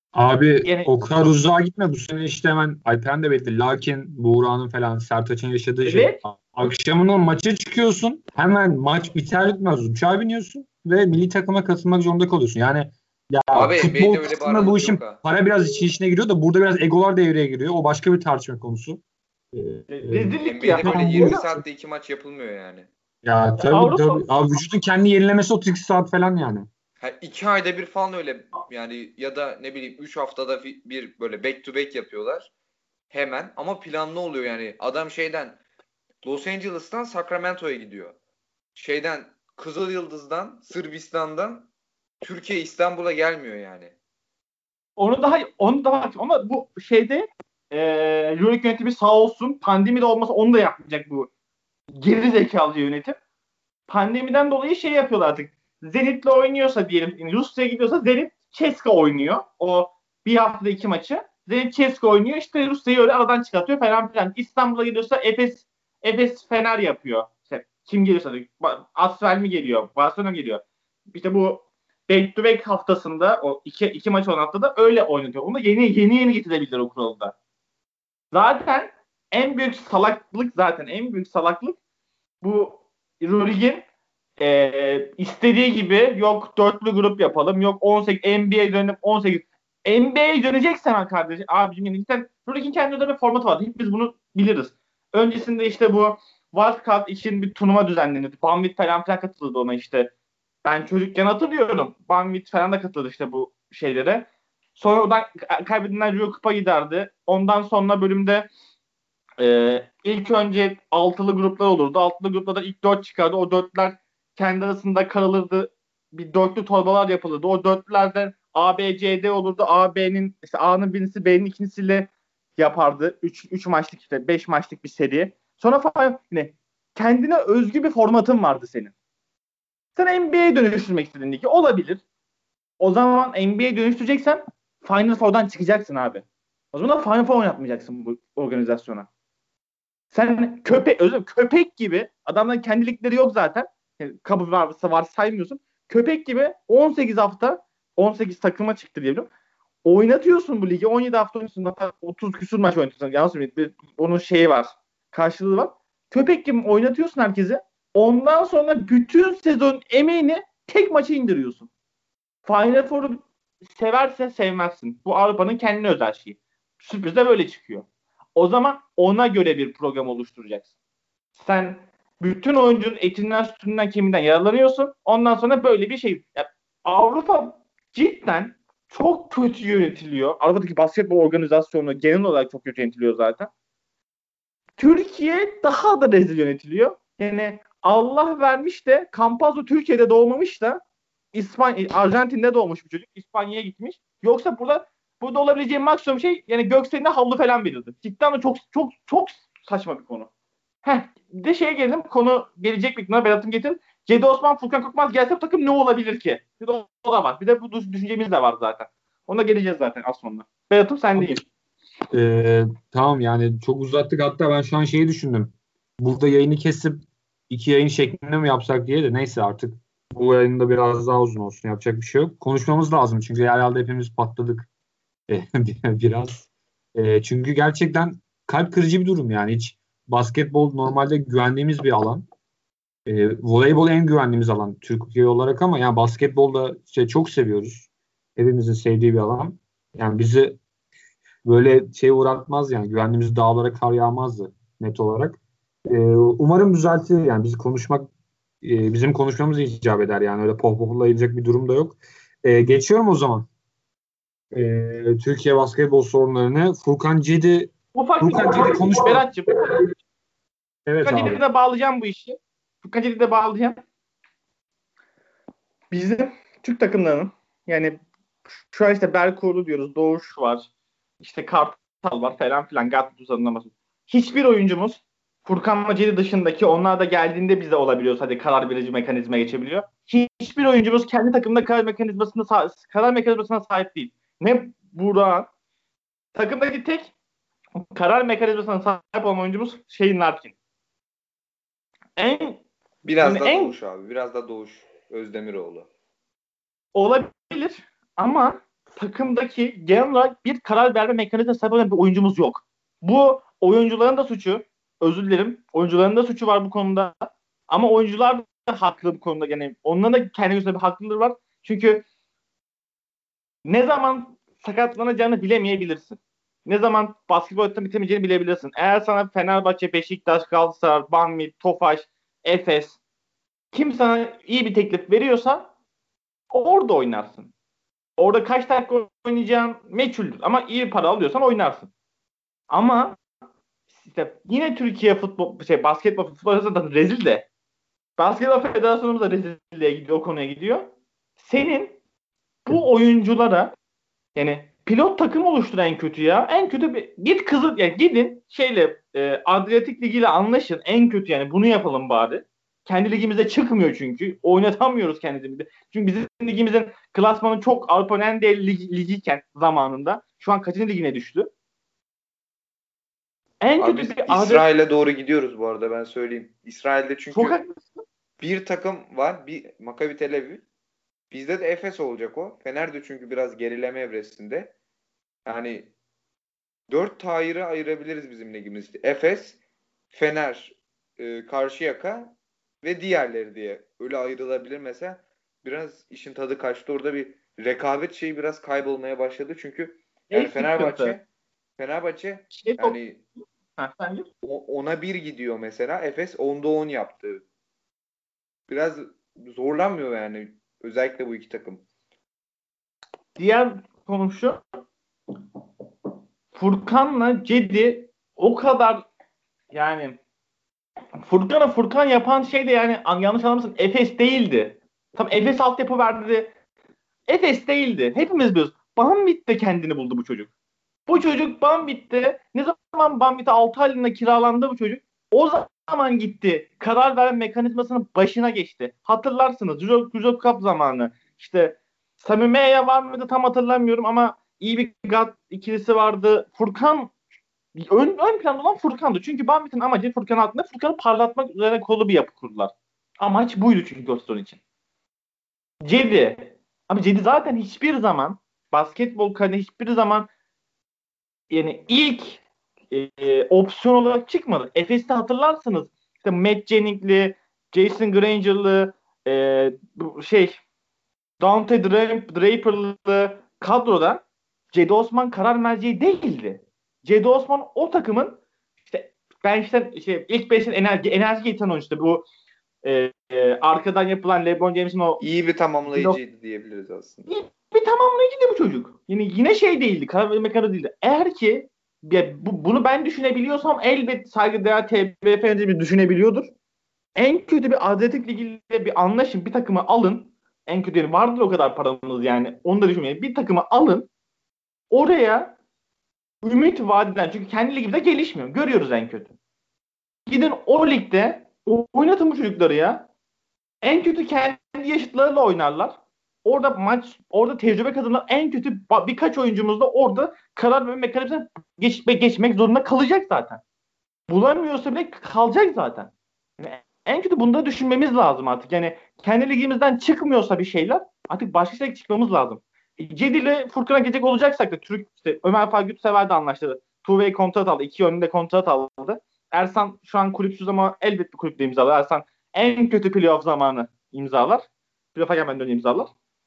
Abi Yani, o kadar uzağa gitme. Bu sene işte hemen Alperen de belirtti. Lakin Buğra'nın falan Sertaç'ın yaşadığı şey. evet. Akşamına maça çıkıyorsun. Hemen maç biter bitmez uçağa biniyorsun ve milli takıma katılmak zorunda kalıyorsun. Yani ya Abi N B A'de futbol öyle bir kısmında bu aralık işin yok ha. para biraz içi içine giriyor da burada biraz egolar devreye giriyor. O başka bir tartışma konusu. Ee, e, Rezillik ya. N B A'de böyle tamam, yirmi bu saatte iki maç yapılmıyor yani. ya tabii Avrupa tabii. Abi vücudun kendi yenilemesi otuz iki saat falan yani. Ha, iki ayda bir falan öyle yani ya da ne bileyim üç haftada bir böyle back to back yapıyorlar. Hemen ama planlı oluyor yani. Adam şeyden Los Angeles'tan Sacramento'ya gidiyor. Şeyden Kızıl Yıldız'dan Sırbistan'dan Türkiye İstanbul'a gelmiyor yani. Onu daha onu daha ama bu şeyde e, Euroleague yönetimi sağ olsun, pandemi de olmasa onu da yapmayacak bu geri zekalı yönetim. Pandemiden dolayı şey yapıyorlar artık. Zenit'le oynuyorsa diyelim, yani Rusya'ya gidiyorsa Zenit Ceska oynuyor. O bir haftada iki maçı. Zenit Ceska oynuyor. İşte Rusya'yı öyle aradan çıkartıyor falan filan. İstanbul'a gidiyorsa Efes Efes Fener yapıyor. İşte kim geliyorsa Asvel mi geliyor? Barcelona geliyor. İşte bu back to back haftasında o iki, iki maç olan haftada öyle oynatıyor. Onu da yeni yeni yeni getirebilirler o kuralda. Zaten en büyük salaklık zaten en büyük salaklık bu Euroleague'in e, istediği gibi yok dörtlü grup yapalım, yok on sekiz N B A'ye dönüp on sekiz N B A'ye döneceksen ha kardeşim abicim yani sen Euroleague'in kendi özel bir formatı var. Hepimiz bunu biliriz. Öncesinde işte bu Wildcard için bir turnuva düzenlenirdi. Banvit falan filan katıldı ona işte. Ben çocukken hatırlıyorum. Banvit falan da katıldı işte bu şeylere. Sonra oradan kaybedilen Rio Cup'a giderdi. Ondan sonra bölümde ee, ilk önce altılı gruplar olurdu. Altılı gruplarda ilk dört çıkardı. O dörtler kendi arasında karalırdı. Bir dörtlü torbalar yapılırdı. O dörtlülerden A, B, C, D olurdu. A, B'nin işte A'nın birincisi B'nin ikincisiyle yapardı. üç üç maçlık işte beş maçlık bir seri. Sonra falan yine kendine özgü bir formatın vardı senin. Sen N B A'ye dönüştürmek istedin ki olabilir. O zaman N B A'ye dönüştüreceksen Final Four'dan çıkacaksın abi. O zaman Final Four oynatmayacaksın bu organizasyona. Sen köpek, özür köpek gibi adamların kendilikleri yok zaten. Yani kabı varsa var saymıyorsun. Köpek gibi on sekiz hafta on sekiz takıma çıktı diyebilirim. Oynatıyorsun bu ligi. on yedi hafta oynuyorsun. Hatta otuz küsur maç oynatıyorsun. Yanlış mı? Onun şeyi var. Karşılığı var. Köpek gibi oynatıyorsun herkese. Ondan sonra bütün sezon emeğini tek maça indiriyorsun. Final Four'u severse sevmezsin. Bu Avrupa'nın kendine özel şeyi. Sürpriz de böyle çıkıyor. O zaman ona göre bir program oluşturacaksın. Sen bütün oyuncunun etinden, sütünden, kemiğinden yararlanıyorsun. Ondan sonra böyle bir şey. Yani Avrupa cidden çok kötü yönetiliyor. Avrupa'daki basketbol organizasyonu genel olarak çok kötü yönetiliyor zaten. Türkiye daha da rezil yönetiliyor. Yani Allah vermiş de Campazzo Türkiye'de doğmamış da İspanya, Arjantin'de doğmuş bir çocuk. İspanya'ya gitmiş. Yoksa burada burada olabileceği maksimum şey yani Göksel'ine havlu falan verildi. Cidden de çok çok çok saçma bir konu. Heh, bir de şeye gelelim. Konu gelecek bir konu. Berat'ım getir. Cedi Osman, Furkan Korkmaz gelse bu takım ne olabilir ki? Bir de o da var. Bir de bu düşüncemiz de var zaten. Ona geleceğiz zaten az sonra. Berat'ım sen değil. Ee, tamam yani çok uzattık. Hatta ben şu an şeyi düşündüm. Burada yayını kesip iki yayın şeklinde mi yapsak diye de neyse artık bu yayında biraz daha uzun olsun. Yapacak bir şey yok. Konuşmamız lazım çünkü herhalde hepimiz patladık e, biraz. E, çünkü gerçekten kalp kırıcı bir durum yani. Hiç basketbol normalde güvendiğimiz bir alan. E, voleybol en güvendiğimiz alan Türkiye olarak ama yani basketbolda işte çok seviyoruz. Hepimizin sevdiği bir alan. Yani bizi böyle şey uğratmaz yani. Güvendiğimiz dağlara kar yağmazdı net olarak. Ee, umarım düzeltir yani. Biz konuşmak e, bizim konuşmamız icap eder yani. Öyle pohpohlayacak bir durum da yok. Ee, geçiyorum o zaman. Ee, Türkiye basketbol sorunlarını. Furkan Cedi Ufak bir Furkan Cedi konuşma. Berat'cığım. Evet Furkan abi. Cedi'ye de bağlayacağım bu işi. Furkan Cedi'ye de bağlayacağım. Bizim Türk takımlarının yani şu an işte Berkoğlu diyoruz. Doğuş var. İşte Kartal var falan filan. Gattuso uzanılması. Hiçbir oyuncumuz Furkan Maceri dışındaki onlar da geldiğinde bize olabiliyorsa hadi karar verici mekanizma geçebiliyor. Hiçbir oyuncumuz kendi takımda karar mekanizmasına karar mekanizmasına sahip değil. Ne Burak takımdaki tek karar mekanizmasına sahip olan oyuncumuz Shane Larkin. En Biraz yani da en Doğuş abi. Biraz da Doğuş Özdemiroğlu. olabilir ama takımdaki genel olarak bir karar verme mekanizmasına sahip olan bir oyuncumuz yok. Bu oyuncuların da suçu. Özür dilerim. Oyuncuların da suçu var bu konuda. Ama oyuncular da haklı bu konuda. Yani onların da kendi gözünde bir haklılığı var. Çünkü ne zaman sakatlanacağını bilemeyebilirsin. Ne zaman basketbol oyununda bitemeyeceğini bilebilirsin. Eğer sana Fenerbahçe, Beşiktaş, Galatasaray, Banvit, Tofaş, Efes kim sana iyi bir teklif veriyorsa orada oynarsın. Orada kaç dakika oynayacağın meçhuldür. Ama iyi para alıyorsan oynarsın. Ama işte yine Türkiye futbol şey basketbol futbol da rezil de basketbol federasyonumuz da rezilliğe gidiyor, o konuya gidiyor. Senin bu oyunculara yani pilot takım oluştur en kötü ya. En kötü bir git kızı yani gidin şeyle e, Adriyatik Ligi ile anlaşın en kötü yani bunu yapalım bari. Kendi ligimize çıkmıyor çünkü. Oynatamıyoruz kendi ligimizde. Çünkü bizim ligimizin klasmanı çok Avrupa'nın en değerli lig, ligiyken zamanında. Şu an kaçıncı ligine düştü? En Abi kötü bir İsrail'e adet... doğru gidiyoruz bu arada ben söyleyeyim. İsrail'de çünkü bir takım var. Bir Maccabi Tel Aviv. Bizde de Efes olacak o. Fener de çünkü biraz gerileme evresinde. Yani dört tayırı ayırabiliriz bizim ligimizde. Efes, Fener, e, Karşıyaka ve diğerleri diye. Öyle ayrılabilir mesela. Biraz işin tadı kaçtı. Orada bir rekabet şeyi biraz kaybolmaya başladı. Çünkü yani Fenerbahçe Fenerbahçe şey yani ha, ona bir gidiyor mesela. Efes onda on yaptı. Biraz zorlanmıyor yani. Özellikle bu iki takım. Diğer konu şu. Furkan'la Cedi o kadar yani Furkan'a Furkan yapan şey de yani yanlış anlamasın Efes değildi. Tam Efes altyapı verdi. Efes değildi. Hepimiz biliyoruz. Banvit'te kendini buldu bu çocuk. Bu çocuk Banvit'te ne zaman Banvit'e altı aylığına kiralandı bu çocuk? O zaman gitti. Karar verme mekanizmasının başına geçti. Hatırlarsınız. Euro Cup zamanı. İşte Samime'ye var mıydı tam hatırlamıyorum ama iyi bir guard ikilisi vardı. Furkan ön, ön planda olan Furkan'dı. Çünkü Banvit'in amacı Furkan altında Furkan'ı parlatmak üzerine kolu bir yapı kurdular. Amaç buydu çünkü Goston için. Cedi. Abi Cedi zaten hiçbir zaman basketbol kariyerinde hiçbir zaman yani ilk e, opsiyon olarak çıkmadı. Efes'te hatırlarsınız. İşte Matt Jennings'li, Jason Granger'lı, e, bu şey Dante Draper'lı kadroda Cedi Osman karar merceği değildi. Cedi Osman o takımın işte ben işte, işte ilk beşin enerji enerji getiren oyuncusu bu e, e, arkadan yapılan LeBron James'in o iyi bir tamamlayıcıydı o, diyebiliriz aslında. İyi bir tamamlayıcıydı bu çocuk. Yani yine şey değildi. Karar verme kararı değildi. Eğer ki ya, bu, bunu ben düşünebiliyorsam elbet saygıdeğer T B F bir düşünebiliyordur. En kötü bir Adriyatik Ligi'yle bir anlaşın. Bir takımı alın. En kötü yani vardır o kadar paramız yani. Onu da düşünmeyin. Bir takımı alın. Oraya ümit vadeden çünkü kendi ligimizde gelişmiyor. Görüyoruz en kötü. Gidin o ligde oynatın bu çocukları ya. En kötü kendi yaşıtlarıyla oynarlar. Orada maç, orada tecrübe kazanılan en kötü birkaç oyuncumuz da orada karar verme mekanizmasına geç, geçmek zorunda kalacak zaten. Bulamıyorsa bile kalacak zaten. Yani en kötü bunu da düşünmemiz lazım artık. Yani kendi ligimizden çıkmıyorsa bir şeyler artık başka şeyler çıkmamız lazım. E, Cedi ile Furkan'a gelecek olacaksak da Türk işte Ömer Faruk Gütsever de anlaştı. Two-way kontrat aldı. İki yönlü de kontrat aldı. Ersan şu an kulüpsüz ama elbet bir kulüpte imzalar. Ersan en kötü playoff zamanı imzalar. Playoff'a gelmeden önce imzalar.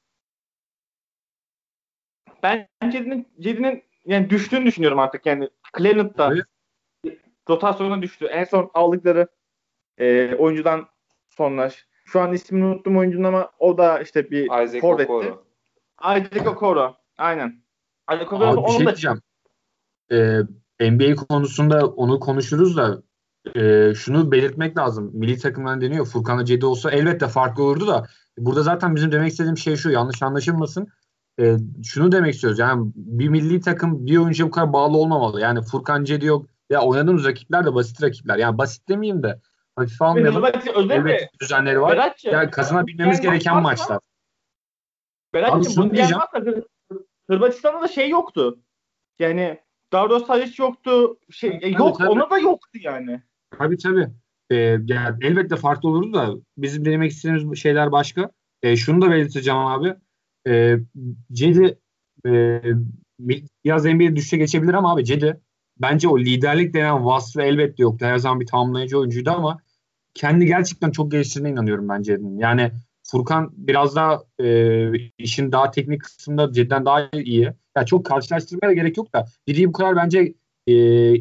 Ben Cedi'nin Cedi'nin yani düştüğünü düşünüyorum artık. Yani Cleveland'da rotasyona düştü. En son aldıkları e, oyuncudan sonra şu an ismini unuttum oyuncunun ama o da işte bir forvetti. Isaac Okoro. Aynen. Isaac Okoro Abi bir şey da... diyeceğim. Ee, N B A konusunda onu konuşuruz da e, şunu belirtmek lazım. Milli takımdan deniyor. Furkan'la Cedi olsa elbette farklı olurdu da burada zaten bizim demek istediğim şey şu. Yanlış anlaşılmasın. E, şunu demek istiyoruz. Yani bir milli takım bir oyuncuya bu kadar bağlı olmamalı. Yani Furkan Cedi yok. Ya oynadığımız rakipler de basit rakipler. Yani basit demeyeyim de hafife almayalım. Elbette düzenleri var. Beratçı, yani kazanabilmemiz gereken maçlar. Beratçı bu diğer maçlar Hırvatistan'da da şey yoktu. Yani Davros Tadic yoktu. Şey tabii, yok tabii. Ona da yoktu yani. Tabii tabii. Ee, yani elbette farklı olurdu da bizim denemek istediğimiz şeyler başka. Ee, şunu da belirteceğim abi. Ee, Cedi e, biraz N B A'de düşüşe geçebilir ama abi Cedi bence o liderlik denen vasfı elbette yoktu. Her zaman bir tamamlayıcı oyuncuydu ama kendi gerçekten çok geliştirdiğine inanıyorum ben Cedi'nin. Yani Furkan biraz daha e, işin daha teknik kısmında Cedi'den daha iyi. Ya çok karşılaştırmaya da gerek yok da Cedi'yi bu kadar bence e,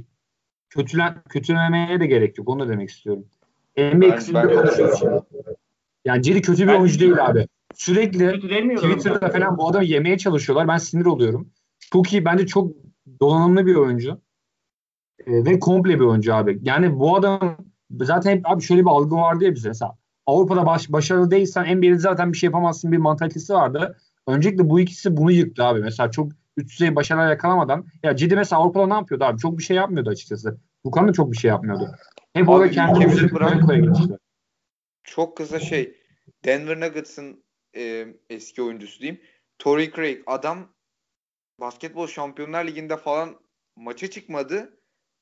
kötülen, kötülemeye de gerek yok. Onu da demek istiyorum. N B A Ben, ben kısmında konuşuyoruz şimdi. katılıyorum. Yani Cedi kötü bir Ben oyuncu değil abi. Sürekli kötü demiyorum. Twitter'da falan bu adamı yemeye çalışıyorlar. Ben sinir oluyorum. Çok iyi. Bence çok donanımlı bir oyuncu. E, ve komple bir oyuncu abi. Yani bu adam zaten hep abi şöyle bir algı vardı ya bize. Mesela Avrupa'da baş, başarılı değilsen N B A'de zaten bir şey yapamazsın bir mantalitesi vardı. Öncelikle bu ikisi bunu yıktı abi. Mesela çok üst düzey başarılar yakalamadan. Ya Cedi mesela Avrupa'da ne yapıyordu abi? Çok bir şey yapmıyordu açıkçası. Furkan da çok bir şey yapmıyordu. Hep orada Abi kendini ülkemizi koya bırak. koya geçti. Çok kısa şey. Denver Nuggets'ın e, eski oyuncusu diyeyim. Torrey Craig. Adam basketbol Şampiyonlar Ligi'nde falan maça çıkmadı.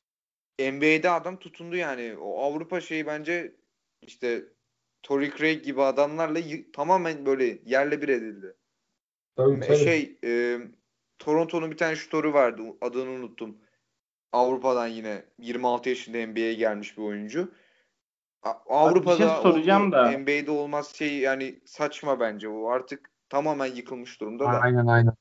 N B A'de adam tutundu yani. O Avrupa şeyi bence işte Torrey Craig gibi adamlarla y- tamamen böyle yerle bir edildi. Tabii, tabii. Şey e, Toronto'nun bir tane şutörü vardı. Adını unuttum. Avrupa'dan yine yirmi altı yaşında N B A'ye gelmiş bir oyuncu. A- Abi bir şey Avrupa'da soracağım oldu, da. N B A'de olmaz şey yani saçma bence o. Artık tamamen yıkılmış durumda da. Aynen aynen.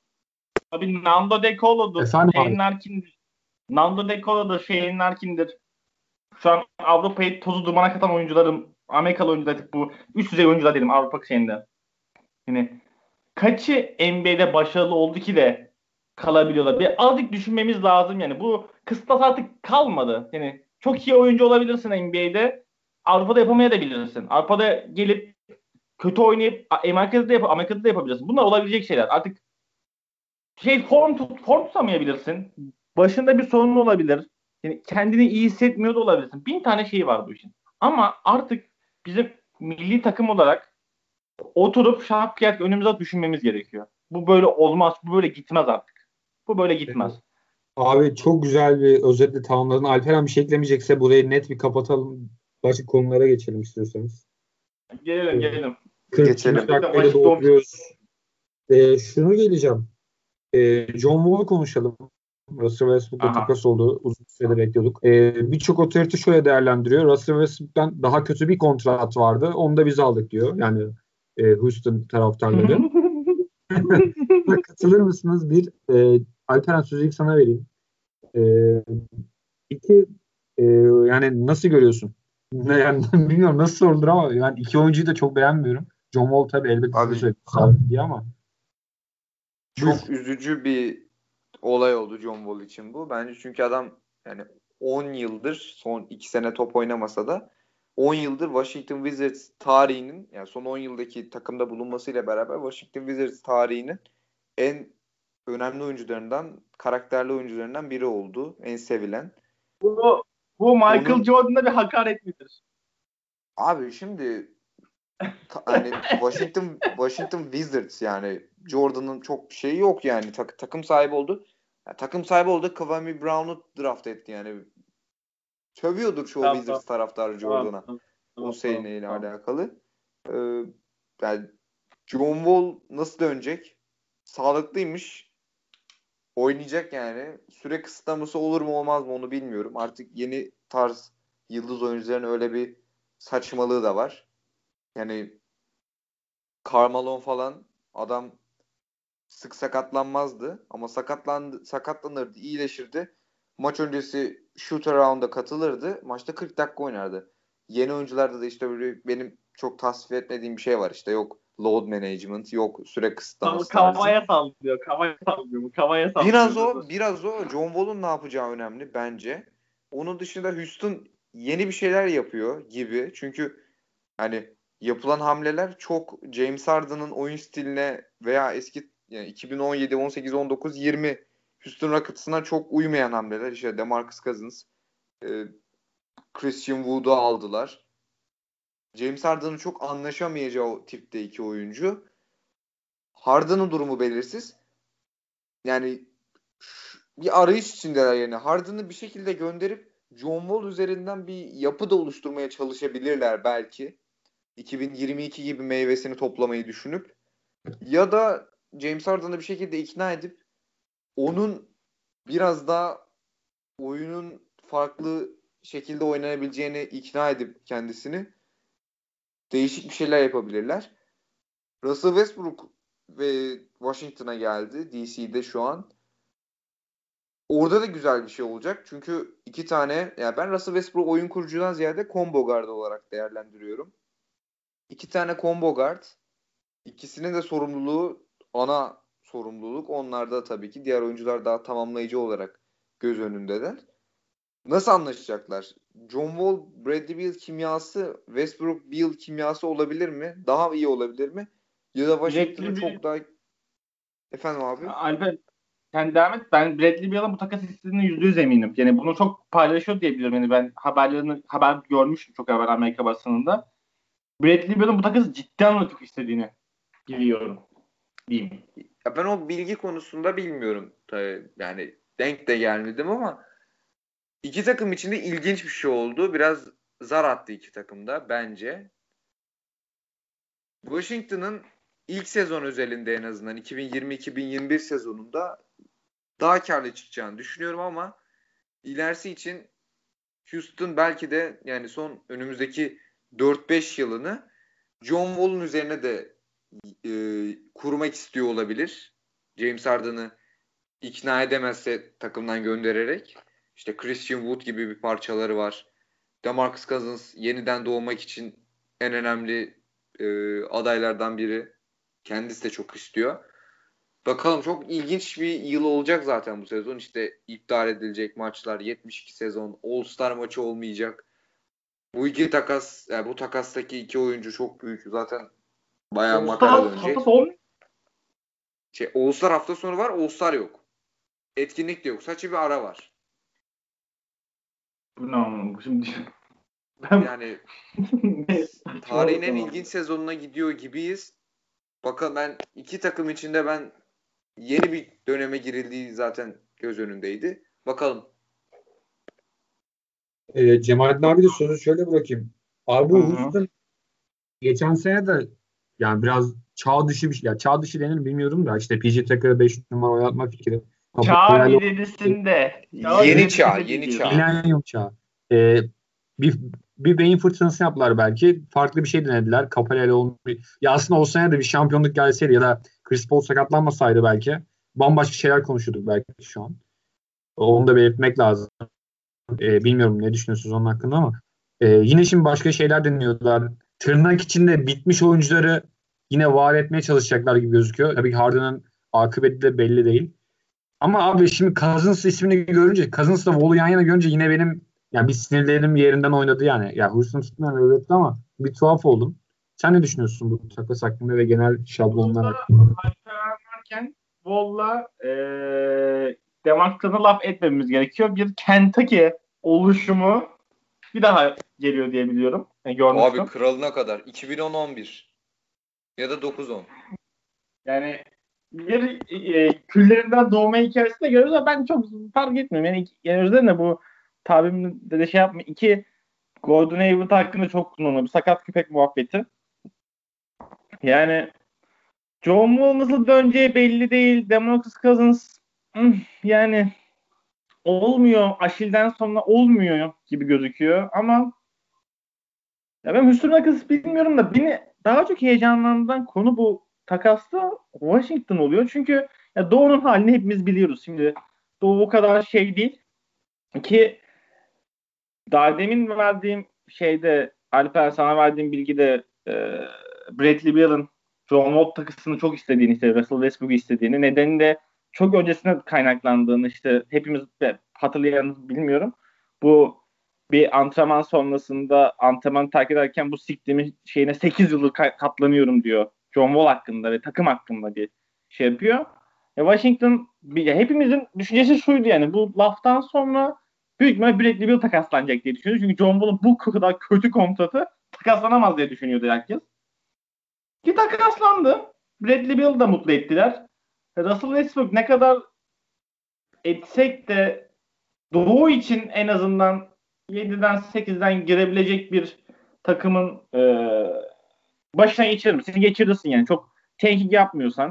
Abi Nando De Colo'dur. Efendim abi. Shane Larkin'dir. Nando De Colo'dur. Shane Larkin'dir. Şu an Avrupa'yı tozu dumana katan oyuncuların Amerikalı oyuncular artık bu üst düzey oyuncular diyelim Avrupa şeyinde. Yani kaçı N B A'de başarılı oldu ki de kalabiliyorlar? Bir azıcık düşünmemiz lazım yani. Bu kıstas artık kalmadı. Yani çok iyi oyuncu olabilirsin N B A'de. Avrupa'da yapamayabilirsin. Avrupa'da gelip kötü oynayıp Amerika'da da, yap Amerika'da da yapabilirsin. Bunlar olabilecek şeyler. Artık şey form tut, form tutamayabilirsin. Başında bir sorun olabilir. Yani kendini iyi hissetmiyor da olabilirsin. Bin tane şey var bu işin. Ama artık bizim milli takım olarak oturup şap kıyak önümüze düşünmemiz gerekiyor. Bu böyle olmaz. Bu böyle gitmez artık. Bu böyle gitmez. Abi çok güzel bir özetle tamamladın. Alperen bir şey eklemeyecekse burayı net bir kapatalım. Başka konulara geçelim istiyorsanız. Gelelim gelelim. kırk Geçelim. dakikayı dolduruyoruz. Ee, şunu geleceğim. Ee, John Wall'u konuşalım. Russell Westbrook'la Aha. takas oldu. Uzun süredir bekliyorduk. Ee, Birçok otorite şöyle değerlendiriyor. Russell Westbrook'tan daha kötü bir kontrat vardı. Onu da biz aldık diyor. Yani e, Houston taraftarları. Buna katılır mısınız? Bir, e, Alperen sözü ilk sana vereyim. E, iki, e, yani nasıl görüyorsun? Ne, yani, bilmiyorum nasıl sorulur ama ben iki oyuncuyu da çok beğenmiyorum. John Wall tabii elbette size Abi söyledi diye ama. çok Buyur. üzücü bir olay oldu John Wall için bu. Bence çünkü adam yani on yıldır son iki sene top oynamasa da on yıldır Washington Wizards tarihinin yani son on yıldaki takımda bulunmasıyla beraber Washington Wizards tarihinin en önemli oyuncularından, karakterli oyuncularından biri oldu. En sevilen. Bu, bu Michael Onun Jordan'a bir hakaret midir? abi şimdi ta- hani Washington Washington Wizards yani Jordan'ın çok şeyi yok yani Tak- takım sahibi oldu. Ya, takım sahibi oldu. Kawhi Brown'u draft etti yani. Sövüyordur çoğu Tamam tamam. Wizards taraftarı Tamam Jordan'a. tamam. O Tamam tamam. seneyle tamam. alakalı. Ee, yani John Wall nasıl dönecek? Sağlıklıymış. Oynayacak yani. Süre kısıtlaması olur mu olmaz mı onu bilmiyorum. Artık yeni tarz yıldız oyuncuların öyle bir saçmalığı da var. Yani Karl Malone falan adam sık sakatlanmazdı ama sakatlandı, sakatlanırdı, iyileşirdi. Maç öncesi shoot around'a katılırdı. Maçta kırk dakika oynardı. Yeni oyuncularda da işte böyle benim çok tasvip etmediğim bir şey var işte. Yok load management, yok süre kısıtlaması tarzı. Kavaya sallıyor. Kavaya sallıyor. Bu kavaya Biraz sallıyor. o, biraz o. John Wall'un ne yapacağı önemli bence. Onun dışında Houston yeni bir şeyler yapıyor gibi. Çünkü hani yapılan hamleler çok James Harden'ın oyun stiline veya eski yani iki bin on yedi, on sekiz, on dokuz, yirmi Houston Rockets'ına çok uymayan hamleler. İşte DeMarcus Cousins, e, Christian Wood'u aldılar. James Harden'ın çok anlaşamayacağı o tipte iki oyuncu. Harden'ın durumu belirsiz. Yani bir arayış içindeler yani. Harden'ı bir şekilde gönderip John Wall üzerinden bir yapı da oluşturmaya çalışabilirler belki. iki bin yirmi iki gibi meyvesini toplamayı düşünüp ya da James Harden'ı bir şekilde ikna edip onun biraz daha oyunun farklı şekilde oynanabileceğini ikna edip kendisini değişik bir şeyler yapabilirler. Russell Westbrook ve Washington'a geldi. D C'de şu an. Orada da güzel bir şey olacak. Çünkü iki tane, yani ben Russell Westbrook oyun kurucudan ziyade combo guard olarak değerlendiriyorum. İki tane combo guard. İkisinin de sorumluluğu ana sorumluluk. Onlar da tabii ki diğer oyuncular daha tamamlayıcı olarak göz önündeler. Nasıl anlaşacaklar? John Wall, Bradley Beal kimyası, Westbrook Beal kimyası olabilir mi? Daha iyi olabilir mi? Ya da Washington'ın çok daha... Efendim abi? Alper, sen devam et. Ben Bradley Beal'ın bu takas istediğine yüzde yüz eminim. Yani bunu çok paylaşıyor diye biliyorum. Yani ben haberlerini haber görmüştüm çok haber Amerika basınında. Bradley Beal'ın bu takası ciddi anlamda çok istediğini biliyorum. Diyeyim. Ya ben o bilgi konusunda bilmiyorum. Tabii yani denk de gelmedim ama iki takım içinde ilginç bir şey oldu. Biraz zar attı iki takımda bence. Washington'ın ilk sezon özelinde en azından iki bin yirmi iki bin yirmi bir sezonunda daha karlı çıkacağını düşünüyorum ama ilerisi için Houston belki de yani son önümüzdeki dört beş yılını John Wall'un üzerine de e, kurmak istiyor olabilir. James Harden'ı ikna edemezse takımdan göndererek. İşte Christian Wood gibi bir parçaları var. DeMarcus Cousins yeniden doğmak için en önemli e, adaylardan biri. Kendisi de çok istiyor. Bakalım, çok ilginç bir yıl olacak zaten bu sezon. İşte iptal edilecek maçlar, yetmiş iki sezon, All-Star maçı olmayacak. Bu iki takas, yani bu takastaki iki oyuncu çok büyük. Zaten bayağı makara dönecek. Şey, All-Star hafta sonu var, All-Star yok. Etkinlik de yok. Sadece bir ara var. Bu ne anlamı? Şimdi ben... Yani tarihin en ilginç sezonuna gidiyor gibiyiz. Bakın ben iki takım içinde ben yeni bir döneme girildiği zaten göz önündeydi. Bakalım. E, Cemalettin abi de sözü şöyle bırakayım. Abi bu Houston geçen sene de yani biraz çağ dışı bir şey. Ya çağ dışı denir bilmiyorum da işte P J Tucker'a beş numara oynatma fikri. Çağ ilerisinde. Yeni çağ, yeni çağ. Milenyum çağı. Ee, bir, bir beyin fırtınası yaptılar belki. Farklı bir şey denediler. Capela'yla olmuyor. Ya aslında o sene de bir şampiyonluk gelseydi ya da Chris Paul sakatlanmasaydı belki bambaşka şeyler konuşurduk belki şu an. Onu da belirtmek lazım. Ee, bilmiyorum ne düşünüyorsunuz onun hakkında ama ee, yine şimdi başka şeyler deniyorlar. Tırnak içinde bitmiş oyuncuları yine var etmeye çalışacaklar gibi gözüküyor. Tabii ki Harden'ın akıbeti de belli değil. Ama abi şimdi Cousins ismini görünce, Cousins'la Wall'u yan yana görünce yine benim yani bir sinirlerim yerinden oynadı yani. Ya Houston tutmayan öğretti ama bir tuhaf oldum. Sen ne düşünüyorsun bu takas hakkında ve genel şablonlar hakkında? Varken Wall'la e, Demarcus'a laf etmemiz gerekiyor. Bir Kentucky oluşumu bir daha geliyor diye biliyorum. Yani abi kralına kadar. iki bin on on bir ya da dokuz on. Yani bir e, küllerinden doğma hikayesini de görüyoruz ama ben çok fark etmiyorum. Yani, yani özellikle bu tabimde de şey yapma. İki Gordon Hayward hakkında çok kullanılıyor. Sakat köpek muhabbeti. Yani John Wall nasıl döneceği belli değil. DeMarcus Cousins yani olmuyor. Aşil'den sonra olmuyor gibi gözüküyor ama ya ben Houston Rockets bilmiyorum da beni daha çok heyecanlandıran konu bu takasta Washington oluyor. Çünkü ya Doğu'nun halini hepimiz biliyoruz. Şimdi Doğu o kadar şey değil ki daha demin verdiğim şeyde Alper sana verdiğim bilgide e, Bradley Beal'ın John Wall takısını çok istediğini, işte Russell Westbrook'u istediğini, nedeni de çok öncesine kaynaklandığını işte hepimiz hatırlayanız bilmiyorum. Bu bir antrenman sonrasında antrenman takip ederken bu siktiğimin şeyine sekiz yıldır katlanıyorum diyor. John Wall hakkında ve takım hakkında bir şey yapıyor. E Washington ya hepimizin düşüncesi şuydu yani bu laftan sonra büyük ihtimalle Bradley Beal takaslanacak diye düşünüyordu. Çünkü John Wall'un bu kadar kötü kontratı takaslanamaz diye düşünüyordu herkes. Ki takaslandı. Bradley Beal'ı da mutlu ettiler. Russell Westbrook ne kadar etsek de Doğu için en azından yediden sekizden girebilecek bir takımın e, başına geçirir misin? Geçirirsin yani. Çok tenkik yapmıyorsan.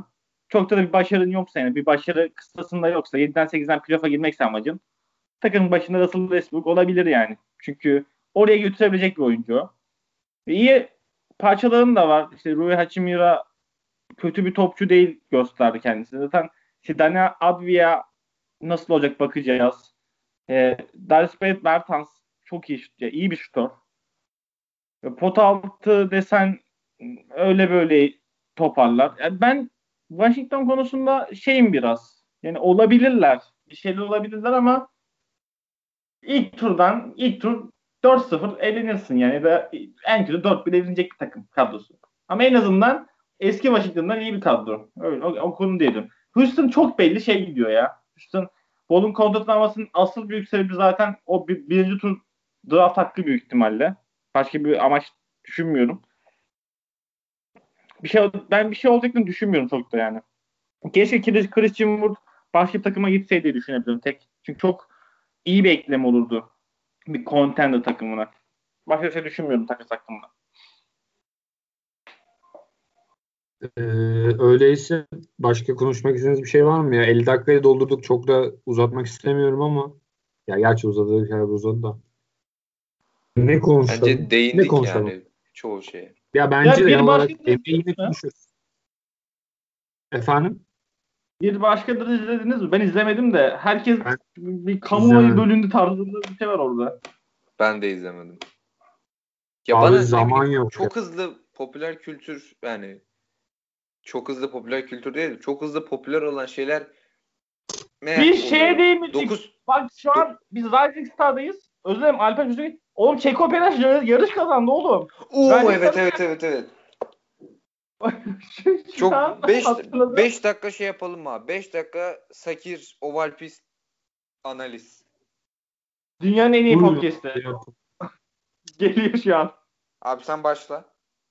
çok da, da bir başarın yoksa, yani bir başarı kıstasında yoksa, yediden sekizden playoff'a girmekse amacın, takımın başında Russell Westbrook olabilir yani. Çünkü oraya götürebilecek bir oyuncu o. Ve iyi parçalarım da var. İşte Rui Hachimura kötü bir topçu değil gösterdi kendisi. Zaten işte Dani Avdija nasıl olacak bakacağız. E, Darius Bertans çok iyi şut, iyi bir şutör. Pot altı desen öyle böyle toparlar. Yani ben Washington konusunda şeyim biraz. Yani olabilirler. Bir şeyler olabilirler ama ilk turdan ilk tur dört sıfır elenirsin yani, da en kötü dört bir elenecek bir takım kadrosu. Ama en azından eski Washington'dan iyi bir kadro. Öyle o, o konu diyelim. Houston çok belli şey gidiyor ya. Houston Paul'un kontratını almasının asıl büyük sebebi zaten o bir, birinci tur draft hakkı büyük ihtimalle. Başka bir amaç düşünmüyorum. Bir şey ben bir şey olacağını düşünmüyorum çok da yani. Keşke Christian Wood başka bir takıma gitseydi diye düşünebilirim tek. Çünkü çok iyi bir eklem olurdu bir contender takımına. Başka bir şey düşünmüyorum takas hakkında. Ee, öyleyse başka konuşmak istediğiniz bir şey var mı ya? elli dakikayı doldurduk. Çok da uzatmak istemiyorum ama ya gerçi uzadı, her uzadı da. Ne konuşalım? Bence Ne değindik konuşalım? yani çoğu şeye. Ya bence Ya de bir genel olarak başka N B A'yi konuşuyoruz. Efendim? Bir başkadır izlediniz mi? Ben izlemedim de herkes Ben bir kamuoyu izlemedim. bölündü tarzında bir şey var orada. Ben de izlemedim. Ya Abi bana ne zaman bileyim yok çok ya. hızlı popüler kültür, yani çok hızlı popüler kültür değil, çok hızlı popüler olan şeyler Bir meh şey oluyorum. değil mi? dokuz Bak şu an biz Rising Star'dayız. Özür dilerim Alper Hüseyin. Oğlum Çeko Perez yarış kazandı oğlum. Oo, Rising evet Star'ı evet evet evet. şu, şu Çok an beş hatırladım. beş dakika şey yapalım mı? beş dakika Sakir oval pist analiz. Dünyanın en iyi Buyurun. podcast'i. Geliyor şu an. Abi sen başla.